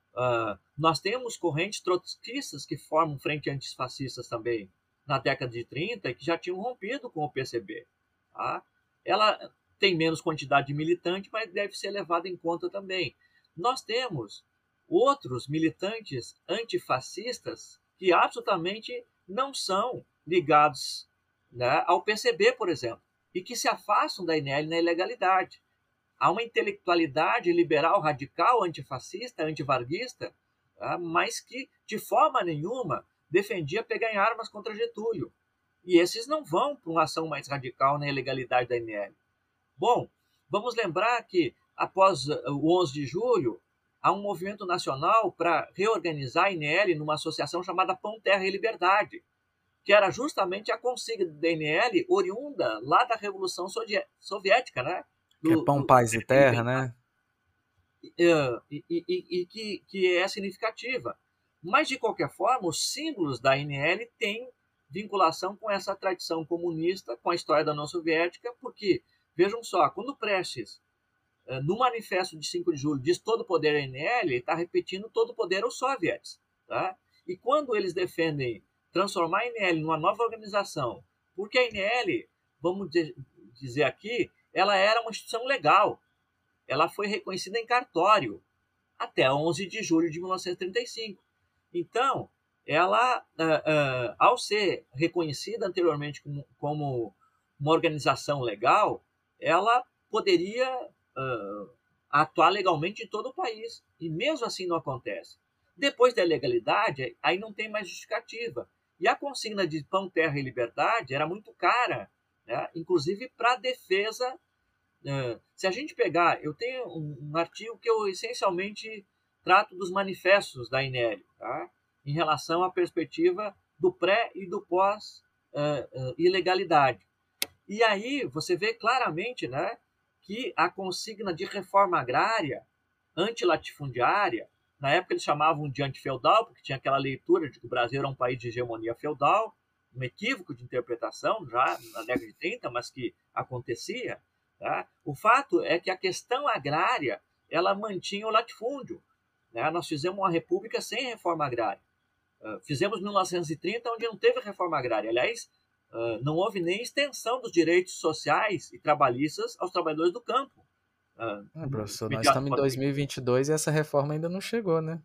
Nós temos correntes trotskistas que formam frente antifascistas também na década de 30 e que já tinham rompido com o PCB. Tá? Ela tem menos quantidade de militante, mas deve ser levada em conta também. Nós temos outros militantes antifascistas que absolutamente não são ligados, né, ao PCB, por exemplo, e que se afastam da ANL na ilegalidade. Há uma intelectualidade liberal radical, antifascista, antivarguista, tá, mas que, de forma nenhuma, defendia pegar em armas contra Getúlio. E esses não vão para uma ação mais radical na ilegalidade da ANL. Bom, vamos lembrar que, após o 11 de julho, há um movimento nacional para reorganizar a ANL numa associação chamada Pão, Terra e Liberdade, que era justamente a consigna da ANL oriunda lá da Revolução Soviética, né? Que é Pão, Paz e Terra, né? E que é significativa. Mas, de qualquer forma, os símbolos da ANL têm vinculação com essa tradição comunista, com a história da União Soviética, porque, vejam só, quando Prestes, no manifesto de 5 de julho, diz todo o poder à ANL, ele está repetindo todo o poder aos soviets. Tá? E quando eles defendem transformar a ANL numa nova organização, porque a ANL, vamos dizer aqui, ela era uma instituição legal. Ela foi reconhecida em cartório até 11 de julho de 1935. Então, ela, ao ser reconhecida anteriormente como uma organização legal, ela poderia atuar legalmente em todo o país. E mesmo assim não acontece. Depois da ilegalidade, aí não tem mais justificativa. E a consigna de pão, terra e liberdade era muito cara, né? Inclusive para a defesa. Se a gente pegar, eu tenho um artigo que eu essencialmente trato dos manifestos da INEL, tá? Em relação à perspectiva do pré e do pós-ilegalidade. E aí você vê claramente, né, que a consigna de reforma agrária antilatifundiária, na época eles chamavam de antifeudal, porque tinha aquela leitura de que o Brasil era um país de hegemonia feudal, um equívoco de interpretação já na década de 30, mas que acontecia. Tá? O fato é que a questão agrária ela mantinha o latifúndio. Né? Nós fizemos uma república sem reforma agrária. Fizemos 1930, onde não teve reforma agrária. Aliás, não houve nem extensão dos direitos sociais e trabalhistas aos trabalhadores do campo. Professor, nós estamos em 2022 e essa reforma ainda não chegou, né?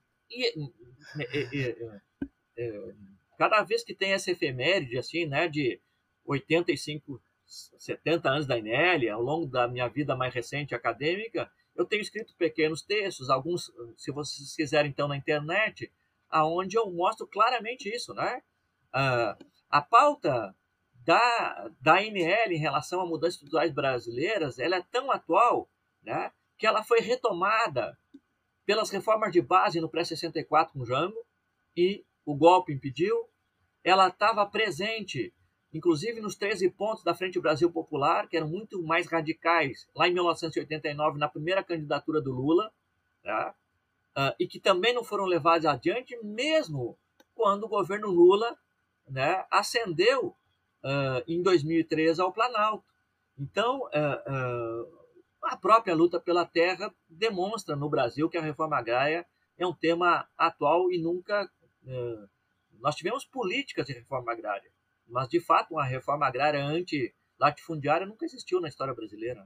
Cada vez que tem essa efeméride, assim, né, de 85, 70 anos da INEL, ao longo da minha vida mais recente acadêmica, eu tenho escrito pequenos textos, alguns, se vocês quiserem, então, na internet, aonde eu mostro claramente isso, né? A pauta da INEL em relação a mudanças estruturais brasileiras, ela é tão atual, né, que ela foi retomada pelas reformas de base no pré-64 com Jango, e o golpe impediu. Ela estava presente, inclusive nos 13 pontos da Frente Brasil Popular, que eram muito mais radicais, lá em 1989, na primeira candidatura do Lula, tá? E que também não foram levados adiante, mesmo quando o governo Lula, né, ascendeu em 2013 ao Planalto. Então, a própria luta pela terra demonstra no Brasil que a reforma agrária é um tema atual e nunca... nós tivemos políticas de reforma agrária, mas, de fato, uma reforma agrária anti-latifundiária nunca existiu na história brasileira.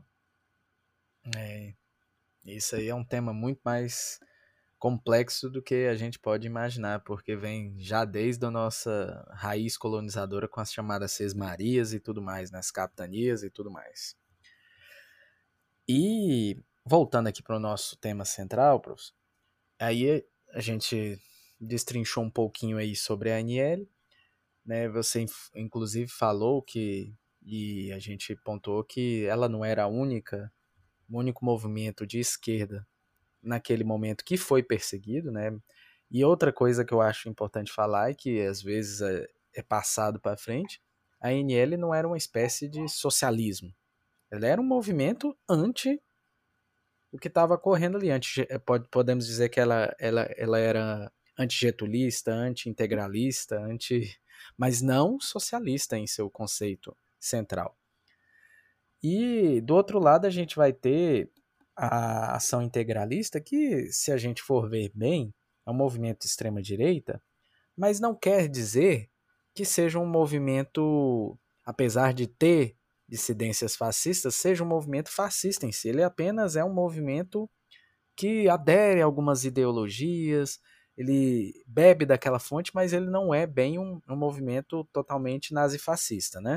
Isso aí é um tema muito mais complexo do que a gente pode imaginar, porque vem já desde a nossa raiz colonizadora com as chamadas sesmarias e tudo mais, nas capitanias e tudo mais. E voltando aqui para o nosso tema central, professor, aí a gente destrinchou um pouquinho aí sobre a ANL, né? Você inclusive falou que, e a gente pontuou que ela não era o único movimento de esquerda naquele momento que foi perseguido, né? E outra coisa que eu acho importante falar é que às vezes é passado para frente, a ANL não era uma espécie de socialismo. Ela era um movimento anti o que estava correndo ali. Podemos dizer que ela era antigetulista, anti-integralista, mas não socialista em seu conceito central. E do outro lado a gente vai ter a ação integralista, que, se a gente for ver bem, é um movimento de extrema-direita, mas não quer dizer que seja um movimento, apesar de ter dissidências fascistas, seja um movimento fascista em si. Ele apenas é um movimento que adere a algumas ideologias, ele bebe daquela fonte, mas ele não é bem um movimento totalmente nazifascista, né?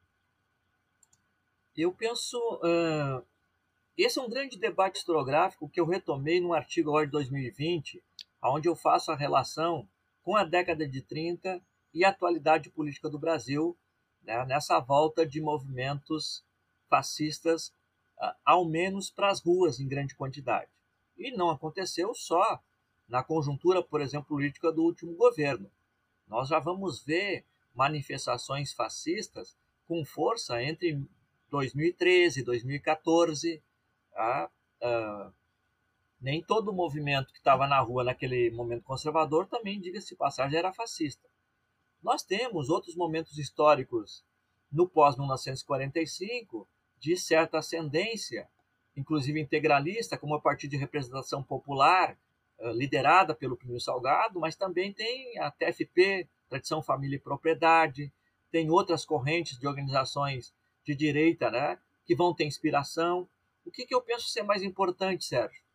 Eu penso... esse é um grande debate historiográfico que eu retomei num artigo agora de 2020, onde eu faço a relação com a década de 30 e a atualidade política do Brasil, né, nessa volta de movimentos fascistas, ao menos para as ruas em grande quantidade. E não aconteceu só na conjuntura, por exemplo, política do último governo. Nós já vamos ver manifestações fascistas com força entre 2013 e 2014. Nem todo movimento que estava na rua naquele momento conservador também, diga-se de passagem, era fascista. Nós temos outros momentos históricos no pós-1945 de certa ascendência, inclusive integralista, como a Partido de Representação Popular, liderada pelo Plínio Salgado, mas também tem a TFP, Tradição, Família e Propriedade, tem outras correntes de organizações de direita, né, que vão ter inspiração. O que eu penso ser mais importante, Sérgio?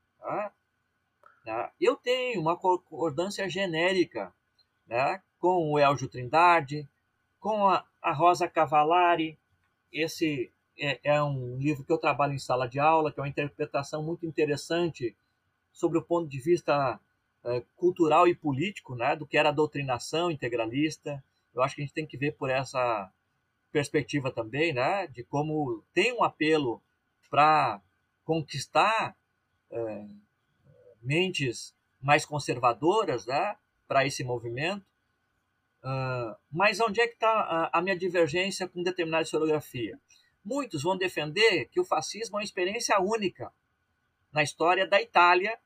Eu tenho uma concordância genérica, né, com o Elgio Trindade, com a Rosa Cavallari. Esse é um livro que eu trabalho em sala de aula, que é uma interpretação muito interessante sobre o ponto de vista cultural e político, né, do que era a doutrinação integralista. Eu acho que a gente tem que ver por essa perspectiva também, né, de como tem um apelo para conquistar mentes mais conservadoras, né, para esse movimento. Mas onde é que está a minha divergência com determinada historiografia? Muitos vão defender que o fascismo é uma experiência única na história da Itália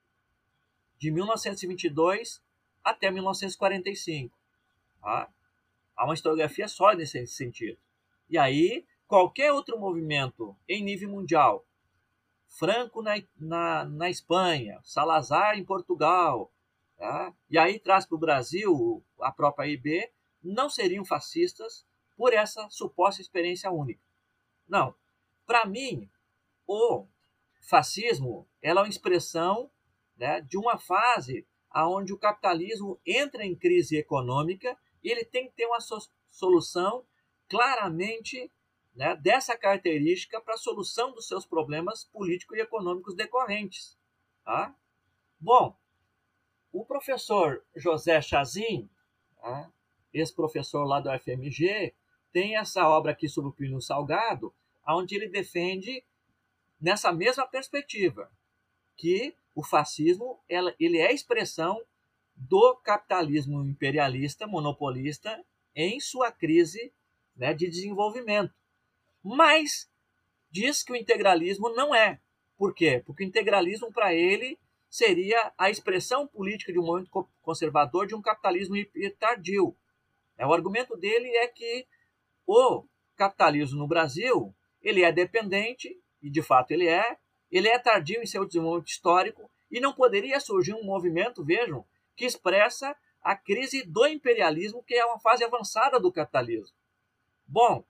de 1922 até 1945. Tá? Há uma historiografia só nesse sentido. E aí, qualquer outro movimento em nível mundial, Franco na Espanha, Salazar em Portugal, tá? E aí traz para o Brasil a própria IB, não seriam fascistas por essa suposta experiência única. Não. Para mim, o fascismo é uma expressão, né, de uma fase onde o capitalismo entra em crise econômica e ele tem que ter uma solução claramente, né, dessa característica para a solução dos seus problemas políticos e econômicos decorrentes. Tá? Bom, o professor José Chazin, tá, ex-professor lá do FMG, tem essa obra aqui sobre o Plínio Salgado, onde ele defende nessa mesma perspectiva, que o fascismo ele é a expressão do capitalismo imperialista, monopolista, em sua crise, né, de desenvolvimento. Mas diz que o integralismo não é. Por quê? Porque o integralismo, para ele, seria a expressão política de um movimento conservador de um capitalismo tardio. O argumento dele é que o capitalismo no Brasil ele é dependente, e de fato ele é tardio em seu desenvolvimento histórico, e não poderia surgir um movimento, vejam, que expressa a crise do imperialismo, que é uma fase avançada do capitalismo. Bom,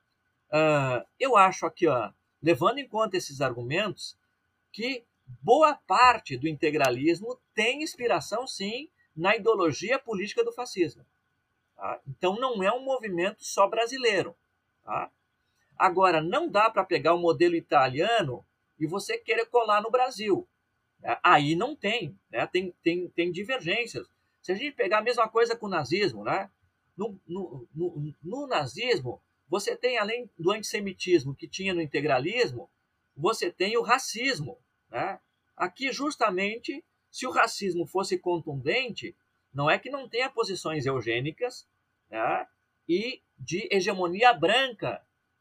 eu acho aqui, levando em conta esses argumentos, que boa parte do integralismo tem inspiração, sim, na ideologia política do fascismo. Tá? Então, não é um movimento só brasileiro. Tá? Agora, não dá para pegar o modelo italiano e você querer colar no Brasil. Aí não tem, né? Tem divergências. Se a gente pegar a mesma coisa com o nazismo, né? No nazismo, você tem, além do antissemitismo que tinha no integralismo, você tem o racismo. Né? Aqui, justamente, se o racismo fosse contundente, não é que não tenha posições eugênicas, né, e de hegemonia branca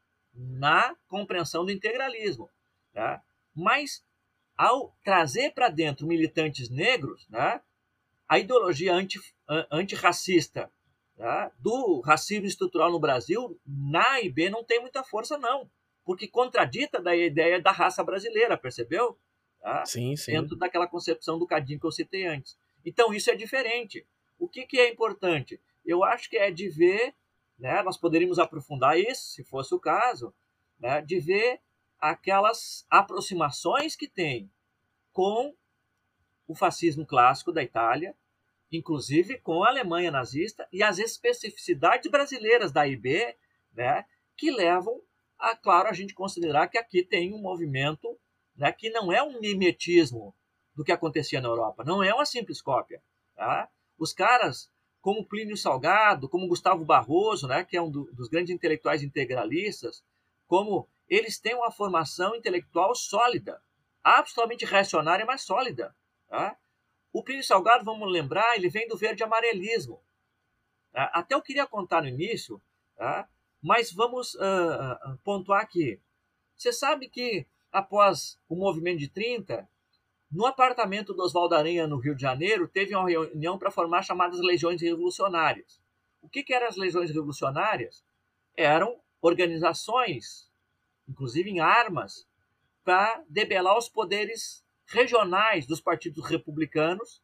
na compreensão do integralismo. Né? Mas, ao trazer para dentro militantes negros, né, a ideologia antirracista, né, do racismo estrutural no Brasil, na AIB não tem muita força, não, porque contradita da ideia da raça brasileira, percebeu? Tá? Sim, sim. Dentro daquela concepção do cadinho que eu citei antes. Então, isso é diferente. O que é importante? Eu acho que é de ver, né, nós poderíamos aprofundar isso, se fosse o caso, né, de ver aquelas aproximações que tem com o fascismo clássico da Itália, inclusive com a Alemanha nazista, e as especificidades brasileiras da IB, né, que levam a, claro, a gente considerar que aqui tem um movimento, né, que não é um mimetismo do que acontecia na Europa, não é uma simples cópia. Tá? Os caras, como Plínio Salgado, como Gustavo Barroso, né, que é um dos grandes intelectuais integralistas, como eles têm uma formação intelectual sólida, absolutamente reacionária, mas sólida. Tá? O Plínio Salgado, vamos lembrar, ele vem do verde-amarelismo. Tá? Até eu queria contar no início, tá? Mas vamos pontuar aqui. Você sabe que, após o movimento de 30, no apartamento do Oswaldo Aranha, no Rio de Janeiro, teve uma reunião para formar chamadas legiões revolucionárias. O que eram as legiões revolucionárias? Eram organizações, inclusive em armas, para debelar os poderes regionais dos partidos republicanos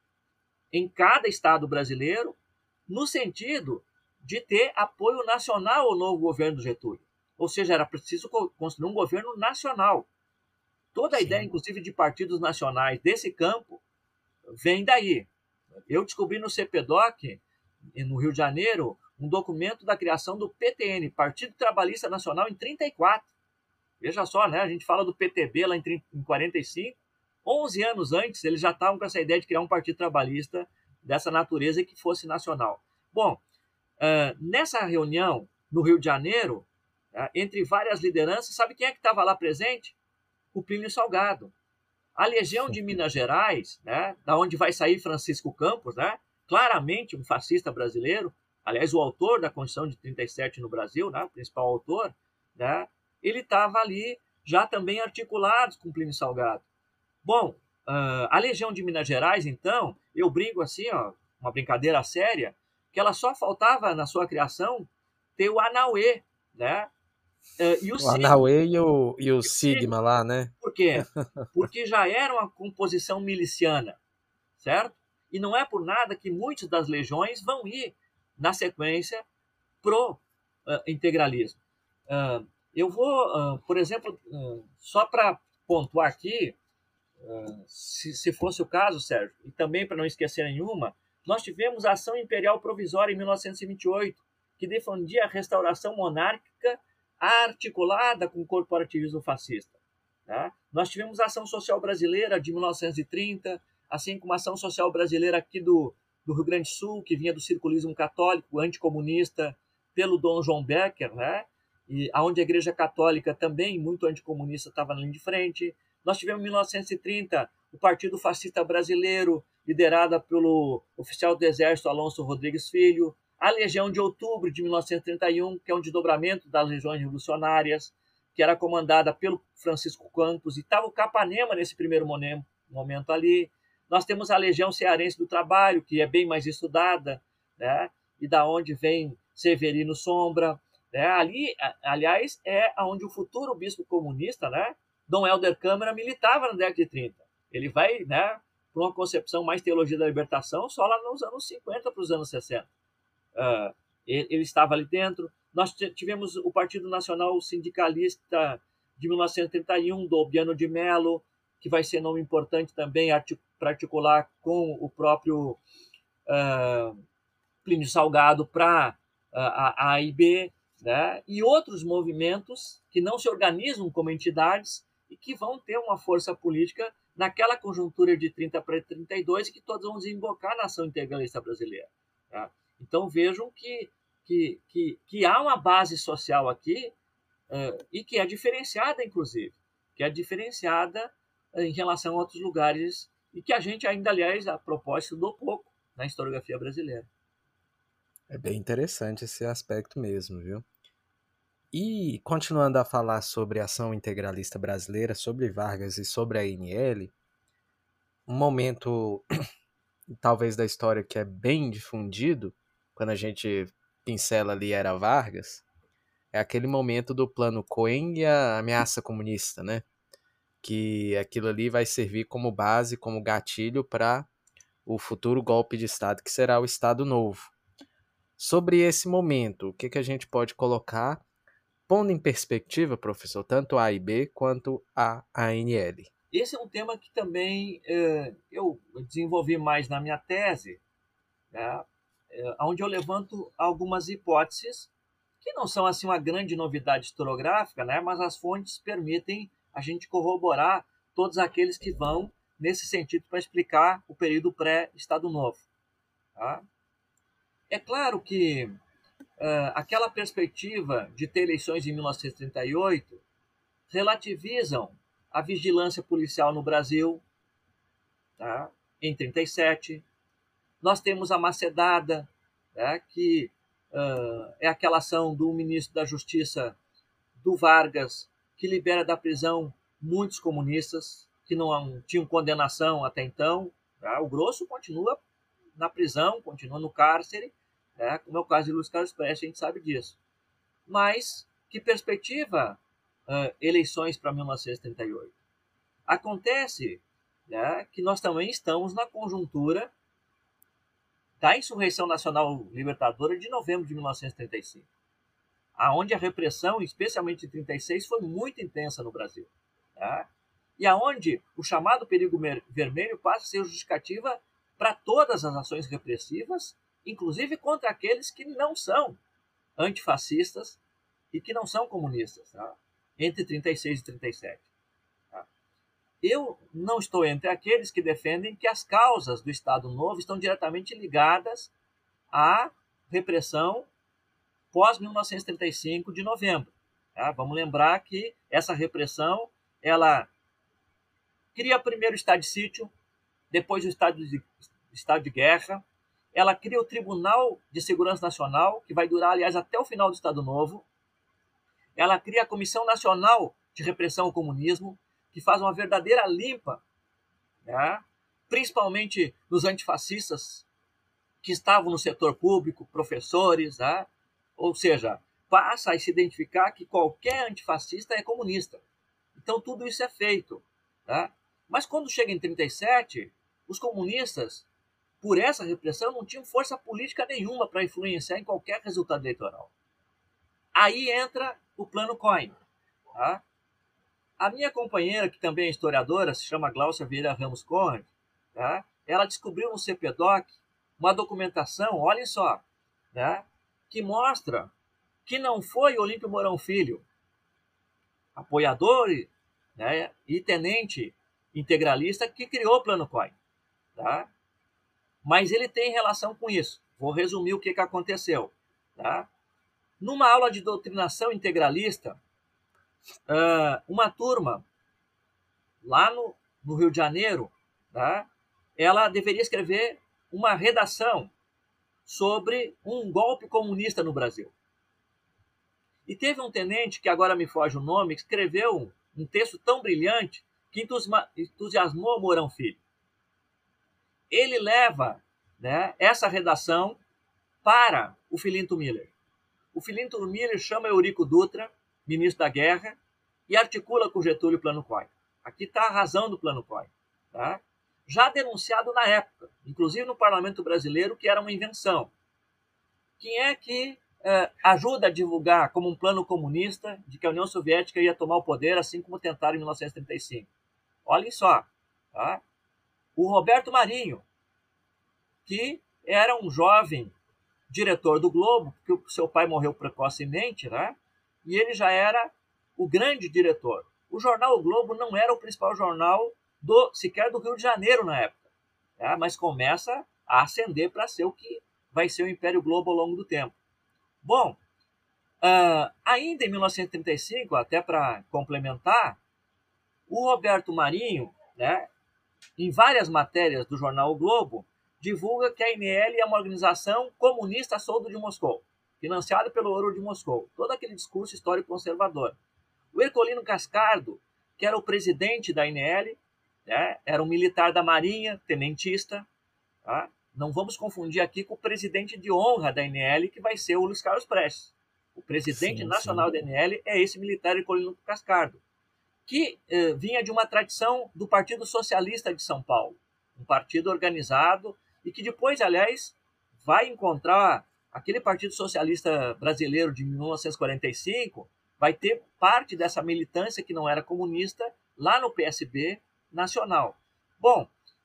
em cada estado brasileiro, no sentido de ter apoio nacional ao novo governo do Getúlio. Ou seja, era preciso construir um governo nacional. Toda a ideia, inclusive, de partidos nacionais desse campo vem daí. Eu descobri no CPDOC, no Rio de Janeiro, um documento da criação do PTN, Partido Trabalhista Nacional, em 1934. Veja só, né? A gente fala do PTB lá em 1945, 11 anos antes, eles já estavam com essa ideia de criar um partido trabalhista dessa natureza e que fosse nacional. Bom, nessa reunião no Rio de Janeiro, entre várias lideranças, sabe quem é que estava lá presente? O Plínio Salgado. A Legião de Minas Gerais, né, da onde vai sair Francisco Campos, né, claramente um fascista brasileiro, aliás, o autor da Constituição de 37 no Brasil, né, o principal autor, né, ele estava ali já também articulado com Plínio Salgado. Bom, a Legião de Minas Gerais, então, eu brinco assim, ó, uma brincadeira séria, que ela só faltava na sua criação ter o Anauê, né? E o Anauê e o Sigma lá, né? Por quê? Porque já era uma composição miliciana, certo? E não é por nada que muitas das legiões vão ir, na sequência, pro integralismo. Eu vou, por exemplo, só para pontuar aqui, se fosse o caso, Sérgio, e também para não esquecer nenhuma, nós tivemos a Ação Imperial Provisória em 1928, que defendia a restauração monárquica articulada com o corporativismo fascista. Tá? Nós tivemos a Ação Social Brasileira de 1930, assim como a Ação Social Brasileira aqui do Rio Grande do Sul, que vinha do circulismo católico, anticomunista, pelo Dom João Becker, né? E onde a Igreja Católica também, muito anticomunista, estava na linha de frente. Nós tivemos em 1930 o Partido Fascista Brasileiro, liderada pelo oficial do Exército Alonso Rodrigues Filho, a Legião de Outubro de 1931, que é um desdobramento das legiões revolucionárias, que era comandada pelo Francisco Campos, e estava o Capanema nesse primeiro momento ali. Nós temos a Legião Cearense do Trabalho, que é bem mais estudada, né? E da onde vem Severino Sombra. Né? Ali, aliás, é onde o futuro bispo comunista, né? Dom Helder Câmara, militava na década de 30. Ele vai, né, para uma concepção mais teologia da libertação só lá nos anos 50 para os anos 60. Ele estava ali dentro. Nós tivemos o Partido Nacional Sindicalista de 1931, do Obiano de Mello, que vai ser nome importante também para articular com o próprio Plínio Salgado para a AIB, né? E outros movimentos que não se organizam como entidades e que vão ter uma força política naquela conjuntura de 30 para 32 que todos vão desembocar na ação integralista brasileira. Tá? Então vejam que há uma base social aqui e que é diferenciada, inclusive, que é diferenciada em relação a outros lugares e que a gente ainda, aliás, a propósito, estudou pouco na historiografia brasileira. É bem interessante esse aspecto mesmo, viu? E continuando a falar sobre a ação integralista brasileira, sobre Vargas e sobre a ANL, um momento talvez da história que é bem difundido, quando a gente pincela ali era Vargas, é aquele momento do plano Cohen e a ameaça comunista, né? Que aquilo ali vai servir como base, como gatilho para o futuro golpe de Estado, que será o Estado Novo. Sobre esse momento, o que a gente pode colocar, pondo em perspectiva, professor, tanto a AIB quanto a ANL? Esse é um tema que também eu desenvolvi mais na minha tese, né, onde eu levanto algumas hipóteses que não são assim uma grande novidade historiográfica, né, mas as fontes permitem a gente corroborar todos aqueles que vão nesse sentido para explicar o período pré-Estado Novo. Tá? É claro que aquela perspectiva de ter eleições em 1938 relativizam a vigilância policial no Brasil, tá? Em 37. Nós temos a macedada, né, que é aquela ação do ministro da Justiça do Vargas, que libera da prisão muitos comunistas que não tinham condenação até então. Tá? O grosso continua na prisão, continua no cárcere, né, como é o caso de Luiz Carlos Prestes, a gente sabe disso. Mas que perspectiva eleições para 1938? Acontece, né, que nós também estamos na conjuntura da Insurreição Nacional Libertadora de novembro de 1935, aonde a repressão, especialmente em 36, foi muito intensa no Brasil. Tá? E aonde o chamado perigo vermelho passa a ser justificativa para todas as ações repressivas, inclusive contra aqueles que não são antifascistas e que não são comunistas, tá? Entre 36 e 37. Tá? eu não estou entre aqueles que defendem que as causas do Estado Novo estão diretamente ligadas à repressão pós-1935 de novembro. Tá? Vamos lembrar que essa repressão, ela cria primeiro o estado de sítio, depois o estado de guerra, ela cria o Tribunal de Segurança Nacional, que vai durar, aliás, até o final do Estado Novo, ela cria a Comissão Nacional de Repressão ao Comunismo, que faz uma verdadeira limpa, né? Principalmente nos antifascistas que estavam no setor público, professores, né? Ou seja, passa a se identificar que qualquer antifascista é comunista. Então tudo isso é feito. Tá? Mas quando chega em 1937, os comunistas, por essa repressão, não tinham força política nenhuma para influenciar em qualquer resultado eleitoral. Aí entra o Plano Cohen. Tá? A minha companheira, que também é historiadora, se chama Gláucia Vieira Ramos Conde, tá? Ela descobriu no CPDOC uma documentação, olhem só, né? Que mostra que não foi Olímpio Mourão Filho, apoiador, né, e tenente integralista, que criou o Plano Cohen. Tá? Mas ele tem relação com isso. Vou resumir o que aconteceu. Tá? Numa aula de doutrinação integralista, uma turma lá no Rio de Janeiro, tá? Ela deveria escrever uma redação sobre um golpe comunista no Brasil. E teve um tenente, que agora me foge o nome, que escreveu um texto tão brilhante que entusiasmou Mourão Filho. Ele leva, né, essa redação para o Filinto Miller. O Filinto Miller chama Eurico Dutra, ministro da Guerra, e articula com Getúlio o Plano Cohen. Aqui está a razão do Plano Cohen. Tá? Já denunciado na época, inclusive no Parlamento Brasileiro, que era uma invenção. Quem é que ajuda a divulgar como um plano comunista de que a União Soviética ia tomar o poder, assim como tentaram em 1935? Olhem só. Tá? O Roberto Marinho, que era um jovem diretor do Globo, porque o seu pai morreu precocemente, né? E ele já era o grande diretor. O jornal O Globo não era o principal jornal sequer do Rio de Janeiro na época, tá? Mas começa a ascender para ser o que vai ser o Império Globo ao longo do tempo. Bom, ainda em 1935, até para complementar, o Roberto Marinho, né, em várias matérias do jornal O Globo, divulga que a ANL é uma organização comunista a soldo de Moscou, financiada pelo ouro de Moscou. Todo aquele discurso histórico conservador. O Ercolino Cascardo, que era o presidente da ANL, né, era um militar da Marinha, tenentista. Tá? Não vamos confundir aqui com o presidente de honra da ANL, que vai ser o Luiz Carlos Prestes. O presidente nacional da ANL é esse militar Ercolino Cascardo, que vinha de uma tradição do Partido Socialista de São Paulo, um partido organizado e que depois, aliás, vai encontrar aquele Partido Socialista Brasileiro de 1945, vai ter parte dessa militância que não era comunista lá no PSB nacional. Bom,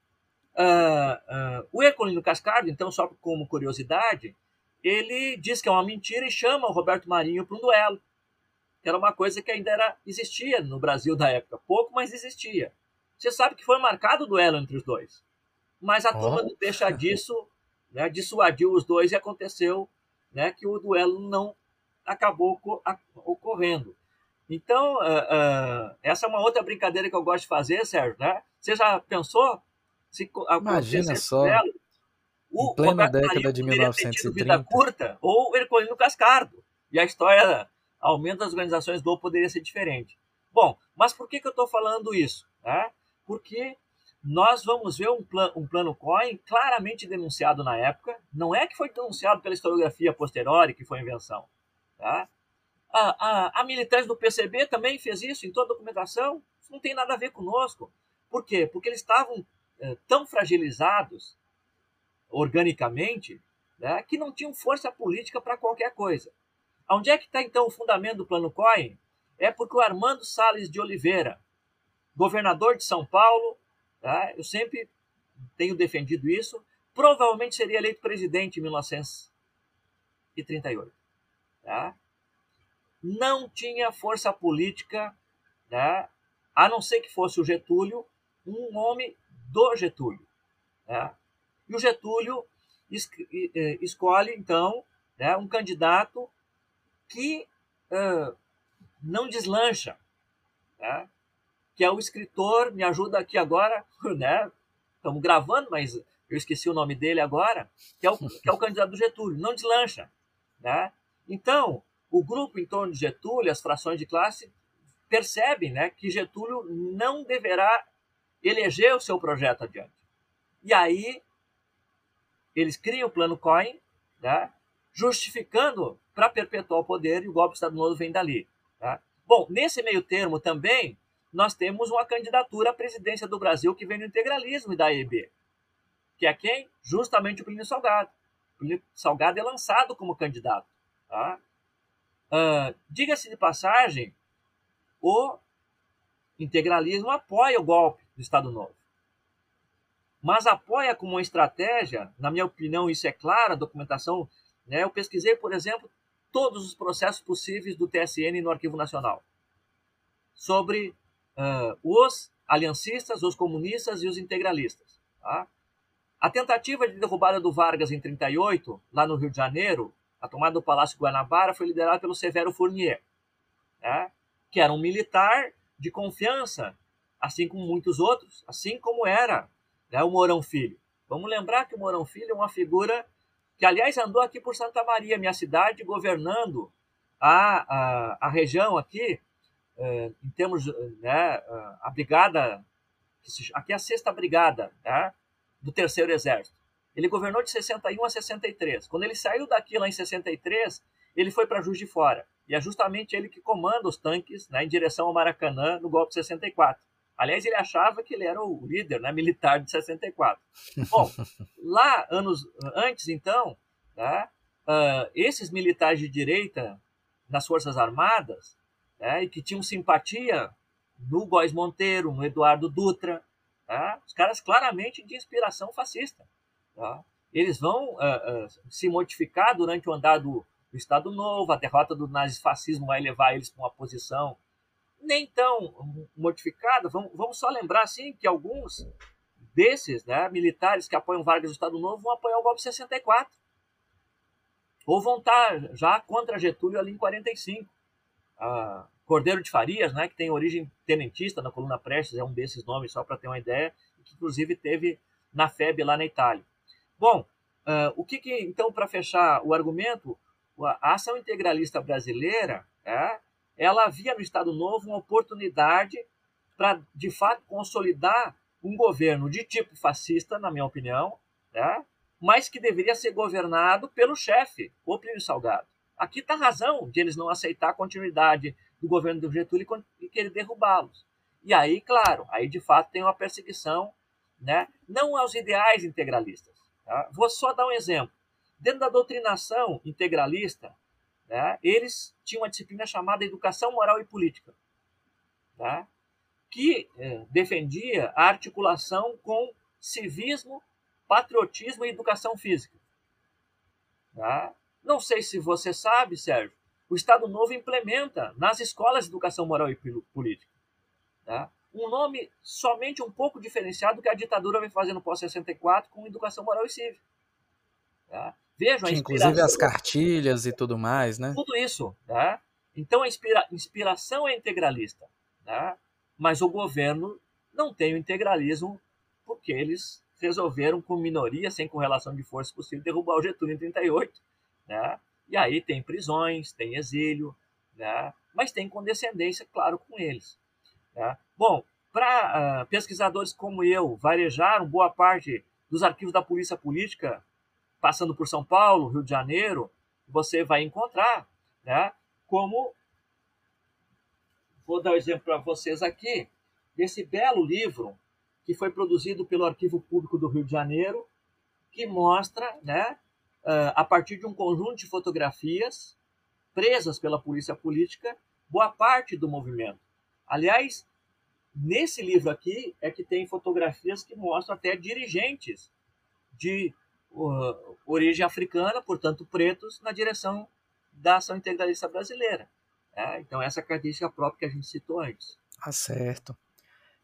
o Ercolino Cascardo, então, só como curiosidade, ele diz que é uma mentira e chama o Roberto Marinho para um duelo, que era uma coisa que ainda existia no Brasil da época. Pouco, mas existia. Você sabe que foi marcado o duelo entre os dois. Mas a turma não deixa disso, né, dissuadiu os dois e aconteceu, né, que o duelo não acabou ocorrendo. Então, essa é uma outra brincadeira que eu gosto de fazer, Sérgio. Né? Você já pensou? Se imagina só, em plena década de 1930. Vida curta, ou o Ercolino Cascardo. E a história, ao menos das organizações Globo, poderia ser diferente. Bom, mas por que eu estou falando isso? Né? Porque nós vamos ver um plano Cohen claramente denunciado na época. Não é que foi denunciado pela historiografia posteriori, que foi invenção. Tá? A militante do PCB também fez isso em toda a documentação. Isso não tem nada a ver conosco. Por quê? Porque eles estavam tão fragilizados organicamente, né, que não tinham força política para qualquer coisa. Onde é que está, então, o fundamento do Plano Cohen? É porque o Armando Salles de Oliveira, governador de São Paulo, tá, eu sempre tenho defendido isso, provavelmente seria eleito presidente em 1938. Tá? Não tinha força política, né, a não ser que fosse o Getúlio, um nome do Getúlio. Né? E o Getúlio escolhe, então, né, um candidato que não deslancha, né? Que é o escritor, me ajuda aqui agora, né? Estamos gravando, mas eu esqueci o nome dele agora, que é o candidato do Getúlio, não deslancha. Né? Então, o grupo em torno de Getúlio, as frações de classe, percebem, né, que Getúlio não deverá eleger o seu projeto adiante. E aí, eles criam o Plano Cohen, né, justificando para perpetuar o poder, e o golpe de Estado Novo vem dali. Tá? Bom, nesse meio termo também, nós temos uma candidatura à presidência do Brasil que vem do integralismo e da AEB. Que é quem? Justamente o Plínio Salgado. O Plínio Salgado é lançado como candidato. Tá? Diga-se de passagem, o integralismo apoia o golpe do Estado Novo. Mas apoia como uma estratégia, na minha opinião, isso é claro, a documentação, né? Eu pesquisei, por exemplo, todos os processos possíveis do TSN no Arquivo Nacional sobre os aliancistas, os comunistas e os integralistas. Tá? A tentativa de derrubada do Vargas em 1938, lá no Rio de Janeiro, a tomada do Palácio Guanabara, foi liderada pelo Severo Fournier, né? Que era um militar de confiança, assim como muitos outros, assim como era, né, o Mourão Filho. Vamos lembrar que o Mourão Filho é uma figura que, aliás, andou aqui por Santa Maria, minha cidade, governando a região aqui, em termos, né, a brigada, aqui é a 6ª Brigada, né, do 3º Exército. Ele governou de 61 a 63. Quando ele saiu daqui lá em 63, ele foi para Juiz de Fora. E é justamente ele que comanda os tanques, né, em direção ao Maracanã no golpe de 64. Aliás, ele achava que ele era o líder, né, militar de 64. Bom, lá, anos antes, então, né, esses militares de direita nas Forças Armadas, né, e que tinham simpatia no Góes Monteiro, no Eduardo Dutra, né, os caras claramente de inspiração fascista. Tá? Eles vão se modificar durante o andar do Estado Novo, a derrota do nazifascismo vai levar eles para uma posição nem tão modificada. Vamos só lembrar assim, que alguns desses, né, militares que apoiam Vargas do Estado Novo vão apoiar o golpe de 64. Ou vão estar já contra Getúlio ali em 45. Cordeiro de Farias, né, que tem origem tenentista na coluna Prestes, é um desses nomes, só para ter uma ideia, que inclusive teve na FEB lá na Itália. Bom, o que então, para fechar o argumento, a ação integralista brasileira, ela via no Estado Novo uma oportunidade para, de fato, consolidar um governo de tipo fascista, na minha opinião, mas que deveria ser governado pelo chefe, o Plínio Salgado. Aqui está a razão de eles não aceitar a continuidade do governo do Getúlio e querer derrubá-los. E aí, claro, aí de fato tem uma perseguição, né, não aos ideais integralistas. Tá? Vou só dar um exemplo. Dentro da doutrinação integralista, né, eles tinham uma disciplina chamada Educação Moral e Política, tá? Que defendia a articulação com civismo, patriotismo e educação física. Tá? Não sei se você sabe, Sérgio, o Estado Novo implementa nas escolas de educação moral e política, tá? Um nome somente um pouco diferenciado que a ditadura vem fazendo pós-64 com educação moral e cívica. Tá? Vejam a inspiração. Inclusive as cartilhas e tudo mais, né? Tudo isso. Tá? Então a inspiração é integralista. Tá? Mas o governo não tem o integralismo porque eles resolveram, com minoria, sem correlação de forças possível, derrubar o Getúlio em 1938. Né? E aí tem prisões, tem exílio, né? Mas tem condescendência, claro, com eles. Tá? Bom, para pesquisadores como eu, varejaram boa parte dos arquivos da Polícia Política, passando por São Paulo, Rio de Janeiro, você vai encontrar, né, como, vou dar um exemplo para vocês aqui, desse belo livro que foi produzido pelo Arquivo Público do Rio de Janeiro, que mostra, né, a partir de um conjunto de fotografias presas pela Polícia Política, boa parte do movimento. Aliás, nesse livro aqui é que tem fotografias que mostram até dirigentes de origem africana, portanto pretos, na direção da ação integralista brasileira. Então essa característica própria que a gente citou antes. Certo.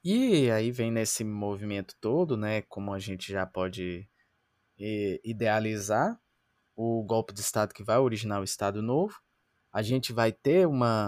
E aí vem nesse movimento todo, né, como a gente já pode idealizar, o golpe de Estado que vai originar o Estado Novo. A gente vai ter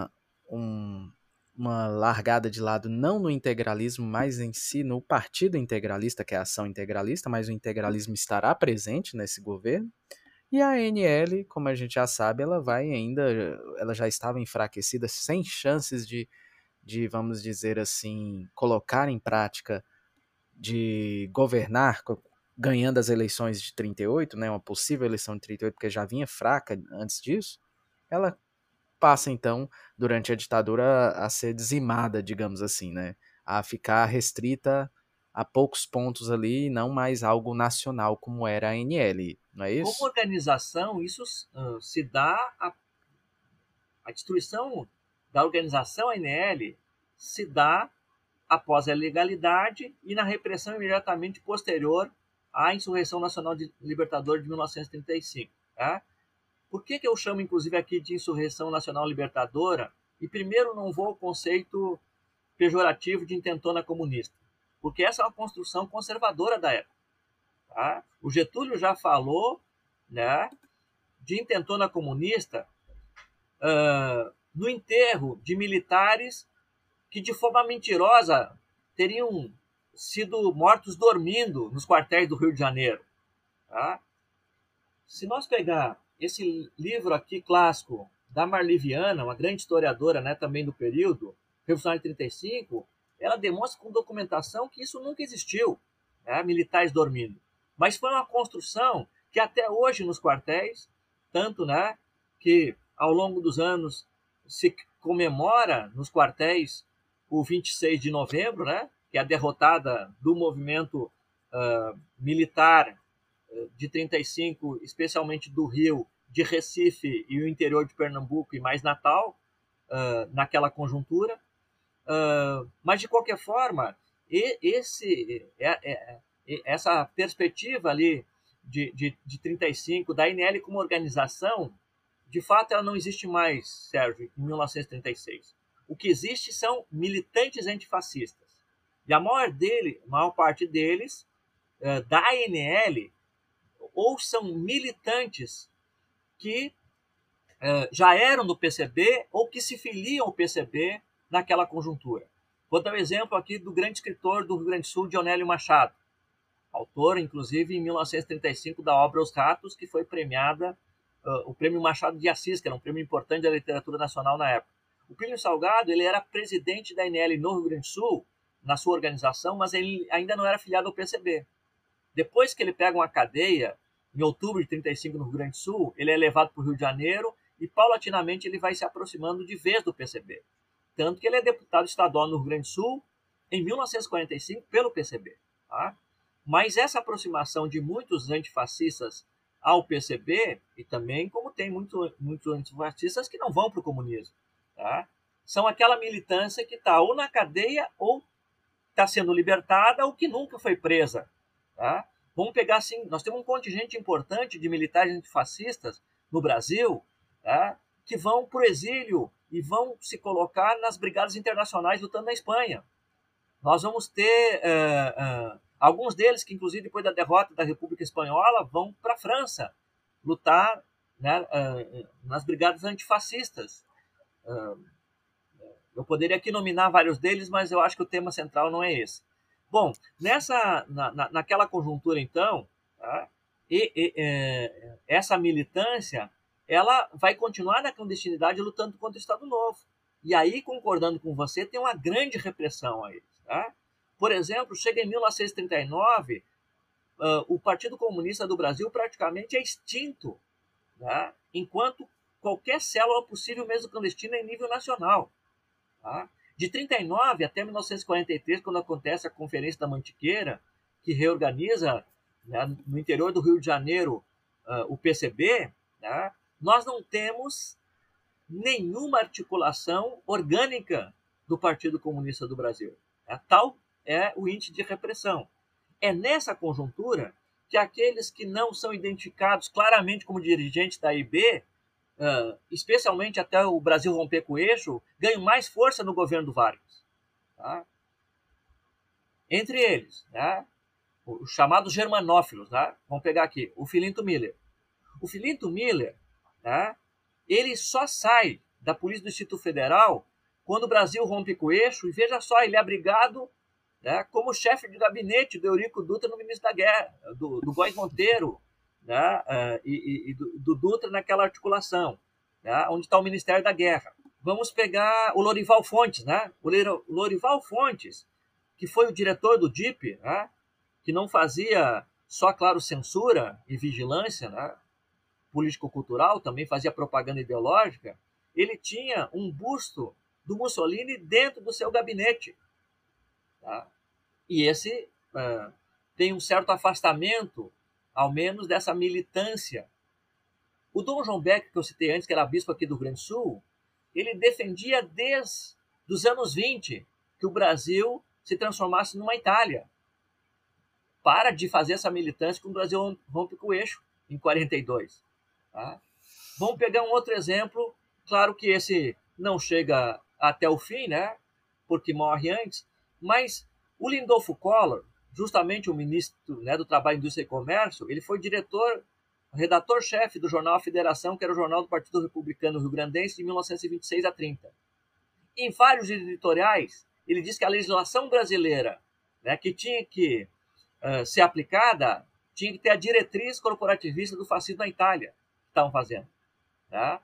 uma largada de lado não no integralismo, mas em si no partido integralista, que é a ação integralista, mas o integralismo estará presente nesse governo. E a ANL, como a gente já sabe, ela já estava enfraquecida, sem chances de vamos dizer assim, colocar em prática, de governar, ganhando as eleições de 38, né, uma possível eleição de 38, porque já vinha fraca antes disso. Ela passa, então, durante a ditadura, a ser dizimada, digamos assim, né? A ficar restrita a poucos pontos ali, e não mais algo nacional como era a ANL, não é Como isso? organização, isso se dá a destruição da organização ANL se dá após a legalidade e na repressão imediatamente posterior à Insurreição Nacional Libertadora de 1935. Tá? Por que eu chamo, inclusive, aqui de Insurreição Nacional Libertadora? E primeiro não vou ao conceito pejorativo de intentona comunista, porque essa é uma construção conservadora da época. Tá? O Getúlio já falou, né, de intentona comunista no enterro de militares que, de forma mentirosa, teriam sido mortos dormindo nos quartéis do Rio de Janeiro. Tá? Se nós pegar esse livro aqui clássico da Marli Viana, uma grande historiadora, né, também do período, Revolucionário de 35, ela demonstra com documentação que isso nunca existiu, né, militares dormindo. Mas foi uma construção que até hoje nos quartéis, tanto, né, que ao longo dos anos se comemora nos quartéis o 26 de novembro, né, que é a derrotada do movimento militar de 35, especialmente do Rio, de Recife e o interior de Pernambuco e mais Natal, naquela conjuntura. Mas, de qualquer forma, essa perspectiva ali de 35, da ANL como organização, de fato, ela não existe mais, Sérgio, em 1936. O que existe são militantes antifascistas. E a maior parte deles, da ANL, ou são militantes que já eram do PCB ou que se filiam ao PCB naquela conjuntura. Vou dar um exemplo aqui do grande escritor do Rio Grande do Sul, Dionélio Machado, autor, inclusive, em 1935, da obra Os Ratos, que foi premiada, o Prêmio Machado de Assis, que era um prêmio importante da literatura nacional na época. O Plínio Salgado, ele era presidente da ANL no Rio Grande do Sul, na sua organização, mas ele ainda não era filiado ao PCB. Depois que ele pega uma cadeia, em outubro de 35 no Rio Grande do Sul, ele é levado para o Rio de Janeiro e, paulatinamente, ele vai se aproximando de vez do PCB. Tanto que ele é deputado estadual no Rio Grande do Sul em 1945 pelo PCB. Tá? Mas essa aproximação de muitos antifascistas ao PCB, e também como tem muitos antifascistas que não vão para o comunismo, tá? São aquela militância que está ou na cadeia ou está sendo libertada ou que nunca foi presa. Tá? Vamos pegar assim, nós temos um contingente importante de militares antifascistas no Brasil, tá? Que vão para o exílio e vão se colocar nas brigadas internacionais lutando na Espanha. Nós vamos ter alguns deles que, inclusive, depois da derrota da República Espanhola, vão para a França lutar, né, nas brigadas antifascistas. Eu poderia aqui nominar vários deles, mas eu acho que o tema central não é esse. Bom, naquela conjuntura, então, tá, essa militância ela vai continuar na clandestinidade lutando contra o Estado Novo. E aí, concordando com você, tem uma grande repressão a eles. Tá? Por exemplo, chega em 1939, o Partido Comunista do Brasil praticamente é extinto, tá? Enquanto qualquer célula possível, mesmo clandestina, em nível nacional. Tá? De 1939 até 1943, quando acontece a Conferência da Mantiqueira, que reorganiza, né, no interior do Rio de Janeiro o PCB, né, nós não temos nenhuma articulação orgânica do Partido Comunista do Brasil. Tal é o índice de repressão. É nessa conjuntura que aqueles que não são identificados claramente como dirigentes da AIB, especialmente até o Brasil romper com o eixo, ganham mais força no governo do Vargas. Tá? Entre eles, né, os chamados germanófilos, né? Vamos pegar aqui, o Filinto Miller. O Filinto Miller, né, ele só sai da polícia do Distrito Federal quando o Brasil rompe com o eixo, e veja só, ele é abrigado, né, como chefe de gabinete do Eurico Dutra no Ministro da Guerra, do Góes Monteiro, né, e do Dutra naquela articulação, né, onde está o Ministério da Guerra. Vamos pegar o Lorival Fontes, né? O Lorival Fontes, que foi o diretor do DIP, né, que não fazia só, claro, censura e vigilância, né, político-cultural, também fazia propaganda ideológica. Ele tinha um busto do Mussolini dentro do seu gabinete. Tá? E esse tem um certo afastamento, ao menos, dessa militância. O Dom João Beck, que eu citei antes, que era bispo aqui do Rio Grande do Sul, ele defendia desde os anos 20 que o Brasil se transformasse numa Itália. Para de fazer essa militância quando o Brasil rompe com o eixo, em 42. Tá? Vamos pegar um outro exemplo, claro que esse não chega até o fim, né, porque morre antes, mas o Lindolfo Collor, justamente o ministro, né, do Trabalho, Indústria e Comércio, ele foi redator-chefe do jornal A Federação, que era o jornal do Partido Republicano Rio-Grandense, de 1926 a 30. Em vários editoriais, ele diz que a legislação brasileira, né, que tinha que ser aplicada, tinha que ter a diretriz corporativista do fascismo na Itália, que estavam fazendo. Tá?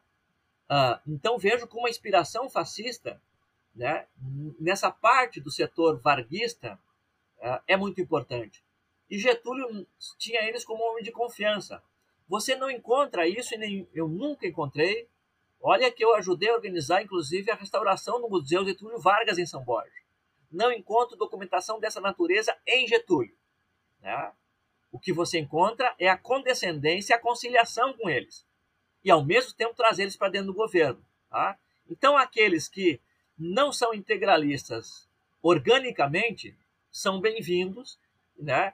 Então vejo como a inspiração fascista, né, nessa parte do setor varguista é muito importante. E Getúlio tinha eles como homem de confiança. Você não encontra isso, e nem eu nunca encontrei. Olha que eu ajudei a organizar, inclusive, a restauração do Museu Getúlio Vargas em São Borja. Não encontro documentação dessa natureza em Getúlio. Né? O que você encontra é a condescendência e a conciliação com eles. E, ao mesmo tempo, trazer eles para dentro do governo. Tá? Então, aqueles que não são integralistas organicamente são bem-vindos, né?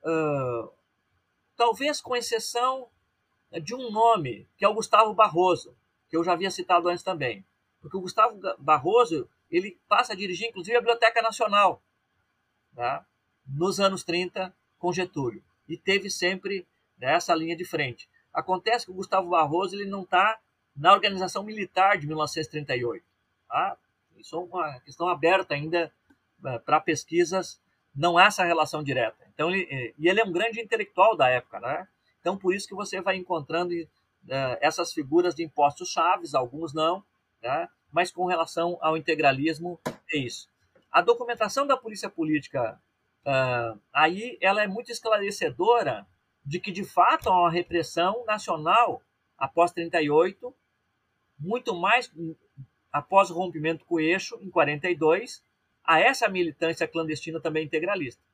Talvez com exceção de um nome, que é o Gustavo Barroso, que eu já havia citado antes também. Porque o Gustavo Barroso ele passa a dirigir, inclusive, a Biblioteca Nacional, tá? Nos anos 30, com Getúlio. E teve sempre, né, essa linha de frente. Acontece que o Gustavo Barroso ele não está na organização militar de 1938. Tá? Isso é uma questão aberta ainda para pesquisas, não há essa relação direta. Então, ele é um grande intelectual da época, né? Então, por isso que você vai encontrando essas figuras de impostos chaves, alguns não, né? Mas com relação ao integralismo, é isso. A documentação da polícia política, aí ela é muito esclarecedora de que, de fato, há uma repressão nacional após 38, muito mais após o rompimento com o eixo, em 42, a essa militância clandestina também integralista.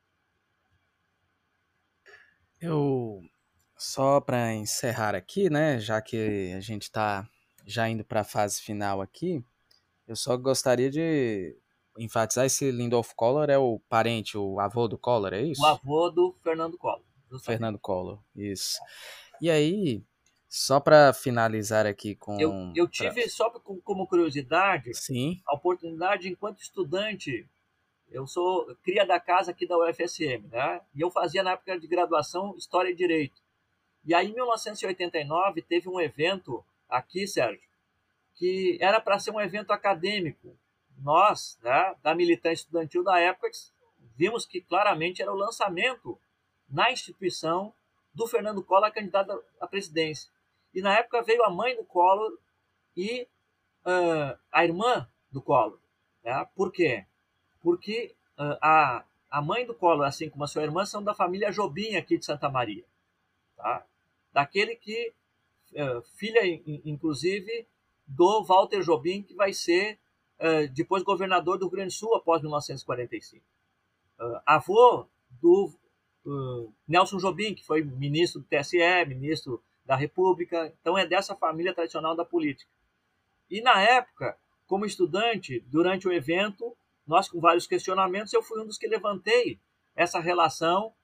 Eu, só para encerrar aqui, né, já que a gente está já indo para a fase final aqui, eu só gostaria de enfatizar esse Lindolfo Collor é o parente, o avô do Collor, é isso? O avô do Fernando Collor. Justamente. Fernando Collor, isso. E aí, só para finalizar aqui com... Eu tive, só como curiosidade, Sim. a oportunidade, enquanto estudante, eu sou cria da casa aqui da UFSM, né? E eu fazia, na época de graduação, História e Direito. E aí, em 1989, teve um evento aqui, Sérgio, que era para ser um evento acadêmico. Nós, né, da militância estudantil da época, vimos que claramente era o lançamento na instituição do Fernando Collor, candidato à presidência. E na época veio a mãe do Collor e a irmã do Collor. Né? Por quê? Porque a mãe do Collor, assim como a sua irmã, são da família Jobim aqui de Santa Maria. Tá? Daquele que, filha, inclusive, do Walter Jobim, que vai ser depois governador do Rio Grande do Sul após 1945. Avô do Nelson Jobim, que foi ministro do TSE, ministro da República. Então é dessa família tradicional da política. E na época, como estudante, durante o evento, nós com vários questionamentos, eu fui um dos que levantei essa relação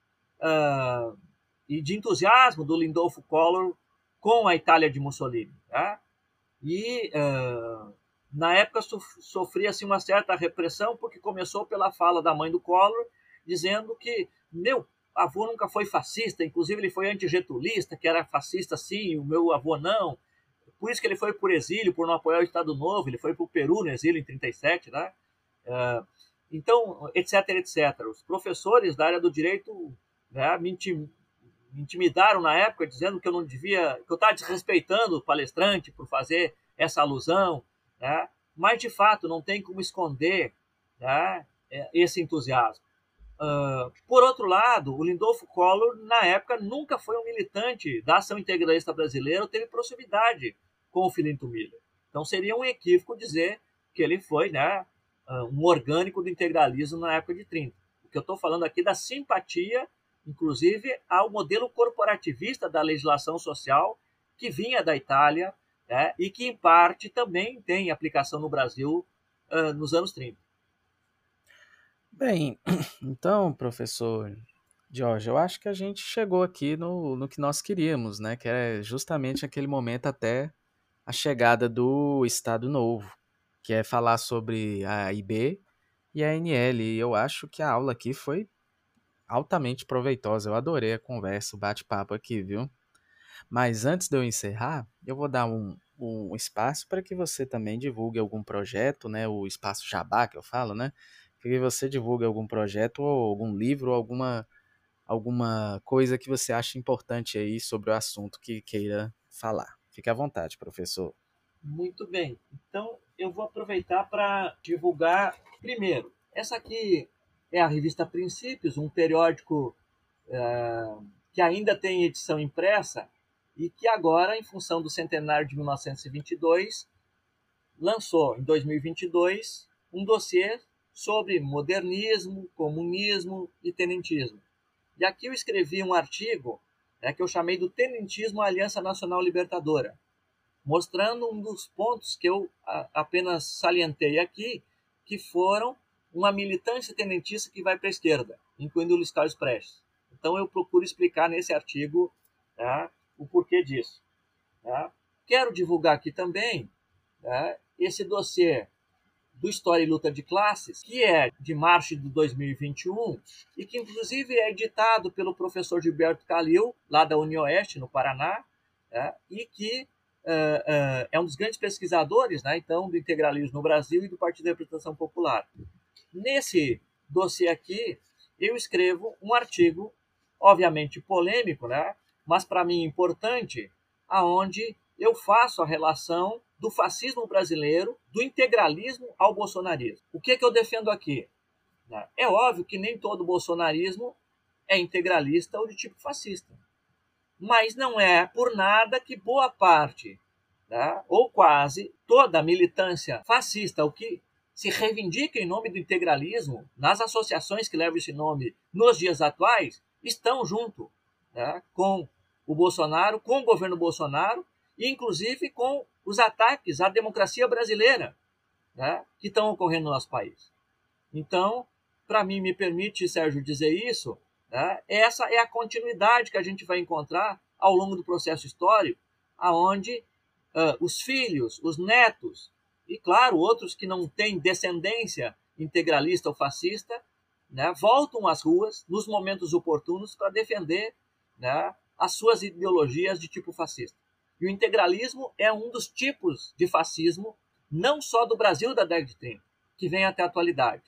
e de entusiasmo do Lindolfo Collor com a Itália de Mussolini. Tá? E na época sofria assim, uma certa repressão, porque começou pela fala da mãe do Collor, dizendo que meu avô nunca foi fascista, inclusive ele foi antigetulista, que era fascista sim, o meu avô não. Por isso que ele foi por exílio, por não apoiar o Estado Novo, ele foi para o Peru no exílio em 37, né? Então, etc, etc. Os professores da área do direito, né, me intimidaram na época, dizendo que eu não devia, que eu estava desrespeitando o palestrante por fazer essa alusão, né? Mas, de fato, não tem como esconder, né, esse entusiasmo. Por outro lado, o Lindolfo Collor, na época, nunca foi um militante da ação integralista brasileira, ou teve proximidade com o Filinto Miller. Então, seria um equívoco dizer que ele foi, né, um orgânico do integralismo na época de 30. O que eu estou falando aqui da simpatia, inclusive, ao modelo corporativista da legislação social que vinha da Itália, né, e que, em parte, também tem aplicação no Brasil nos anos 30. Bem, então, professor Jorge, eu acho que a gente chegou aqui no que nós queríamos, né? Que é justamente aquele momento até a chegada do Estado Novo, que é falar sobre a IB e a ANL. E eu acho que a aula aqui foi altamente proveitosa. Eu adorei a conversa, o bate-papo aqui, viu? Mas antes de eu encerrar, eu vou dar um espaço para que você também divulgue algum projeto, né? O espaço Jabá, que eu falo, né? Que você divulgue algum projeto ou algum livro ou alguma coisa que você acha importante aí sobre o assunto que queira falar. Fique à vontade, professor. Muito bem. Então, eu vou aproveitar para divulgar primeiro. Essa aqui é a revista Princípios, um periódico que ainda tem edição impressa e que agora, em função do centenário de 1922, lançou em 2022 um dossiê sobre modernismo, comunismo e tenentismo. E aqui eu escrevi um artigo que eu chamei do Tenentismo à Aliança Nacional Libertadora, mostrando um dos pontos que eu apenas salientei aqui, que foram uma militância tenentista que vai para a esquerda, incluindo o Luiz Carlos Prestes. Então eu procuro explicar nesse artigo o porquê disso. Quero divulgar aqui também esse dossiê do História e Luta de Classes, que é de março de 2021 e que inclusive é editado pelo professor Gilberto Calil, lá da UniOeste, no Paraná, e que é um dos grandes pesquisadores, então, do integralismo no Brasil e do Partido da Representação Popular. Nesse dossiê aqui, eu escrevo um artigo, obviamente polêmico, mas para mim importante, aonde eu faço a relação do fascismo brasileiro, do integralismo ao bolsonarismo. O que eu defendo aqui? É óbvio que nem todo bolsonarismo é integralista ou de tipo fascista. Mas não é por nada que boa parte, ou quase toda a militância fascista, o que se reivindica em nome do integralismo, nas associações que levam esse nome nos dias atuais, estão junto com o Bolsonaro, com o governo Bolsonaro, e inclusive com os ataques à democracia brasileira que estão ocorrendo no nosso país. Então, para mim, me permite, Sérgio, dizer isso, essa é a continuidade que a gente vai encontrar ao longo do processo histórico, aonde os filhos, os netos, e, claro, outros que não têm descendência integralista ou fascista, voltam às ruas nos momentos oportunos para defender as suas ideologias de tipo fascista. E o integralismo é um dos tipos de fascismo, não só do Brasil da década de 30, que vem até a atualidade.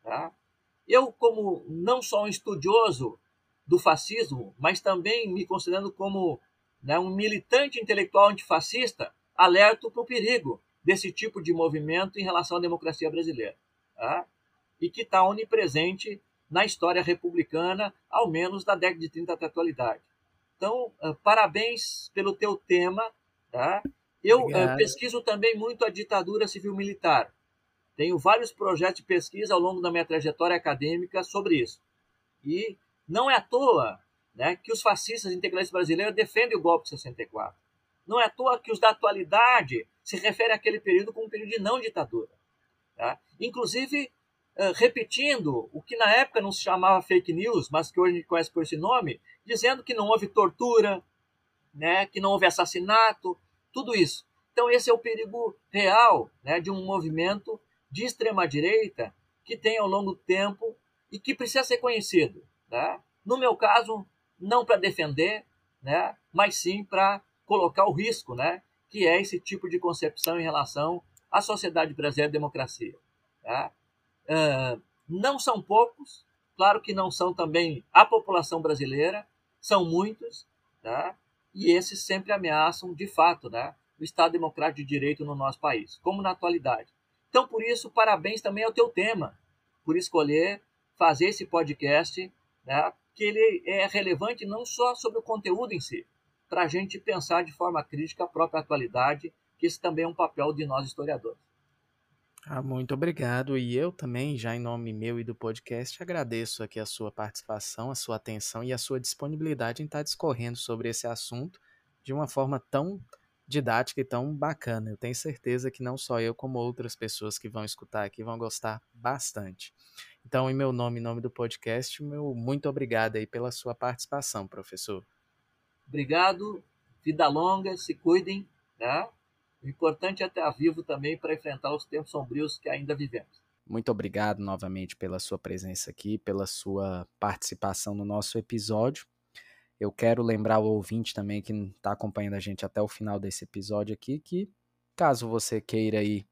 Eu, como não só um estudioso do fascismo, mas também me considerando como um militante intelectual antifascista, alerto para o perigo desse tipo de movimento em relação à democracia brasileira. E que está onipresente na história republicana, ao menos da década de 30 até a atualidade. Então, parabéns pelo teu tema. Eu pesquiso também muito a ditadura civil-militar. Tenho vários projetos de pesquisa ao longo da minha trajetória acadêmica sobre isso. E não é à toa que os fascistas integralistas brasileiros defendem o golpe de 64. Não é à toa que os da atualidade se referem àquele período como um período de não-ditadura. Inclusive, repetindo o que na época não se chamava fake news, mas que hoje a gente conhece por esse nome, dizendo que não houve tortura, que não houve assassinato, tudo isso. Então esse é o perigo real de um movimento de extrema-direita que tem ao longo do tempo e que precisa ser conhecido, né? No meu caso, não para defender, né? Mas sim para colocar o risco, né? Que é esse tipo de concepção em relação à sociedade brasileira e democracia. Tá? Não são poucos, claro que não são também a população brasileira, são muitos, tá? E esses sempre ameaçam, de fato, né, o Estado Democrático de Direito no nosso país, como na atualidade. Então, por isso, parabéns também ao teu tema, por escolher fazer esse podcast, né, que ele é relevante não só sobre o conteúdo em si, para a gente pensar de forma crítica a própria atualidade, que esse também é um papel de nós historiadores. Muito obrigado. E eu também, já em nome meu e do podcast, agradeço aqui a sua participação, a sua atenção e a sua disponibilidade em estar discorrendo sobre esse assunto de uma forma tão didática e tão bacana. Eu tenho certeza que não só eu, como outras pessoas que vão escutar aqui vão gostar bastante. Então, em meu nome e em nome do podcast, meu muito obrigado aí pela sua participação, professor. Obrigado, vida longa, se cuidem, né? O importante é estar vivo também para enfrentar os tempos sombrios que ainda vivemos. Muito obrigado novamente pela sua presença aqui, pela sua participação no nosso episódio. Eu quero lembrar o ouvinte também que está acompanhando a gente até o final desse episódio aqui, que caso você queira aí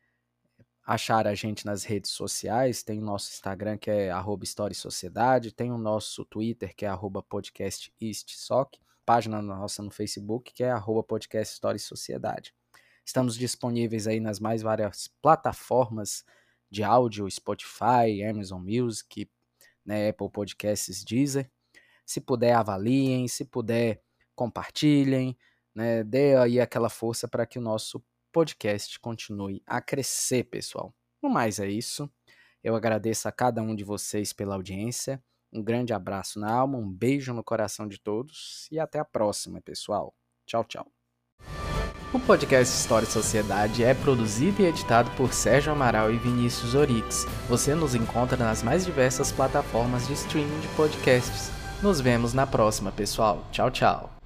achar a gente nas redes sociais, tem o nosso Instagram que é @historiesociedade, tem o nosso Twitter que é @podcastistsoc, página nossa no Facebook que é @podcast História e Sociedade. Estamos disponíveis aí nas mais várias plataformas de áudio, Spotify, Amazon Music, né, Apple Podcasts, Deezer. Se puder, avaliem, se puder, compartilhem, né, dê aí aquela força para que o nosso podcast continue a crescer, pessoal. No mais é isso. Eu agradeço a cada um de vocês pela audiência. Um grande abraço na alma, um beijo no coração de todos e até a próxima, pessoal. Tchau, tchau. O podcast História e Sociedade é produzido e editado por Sérgio Amaral e Vinícius Orix. Você nos encontra nas mais diversas plataformas de streaming de podcasts. Nos vemos na próxima, pessoal. Tchau, tchau.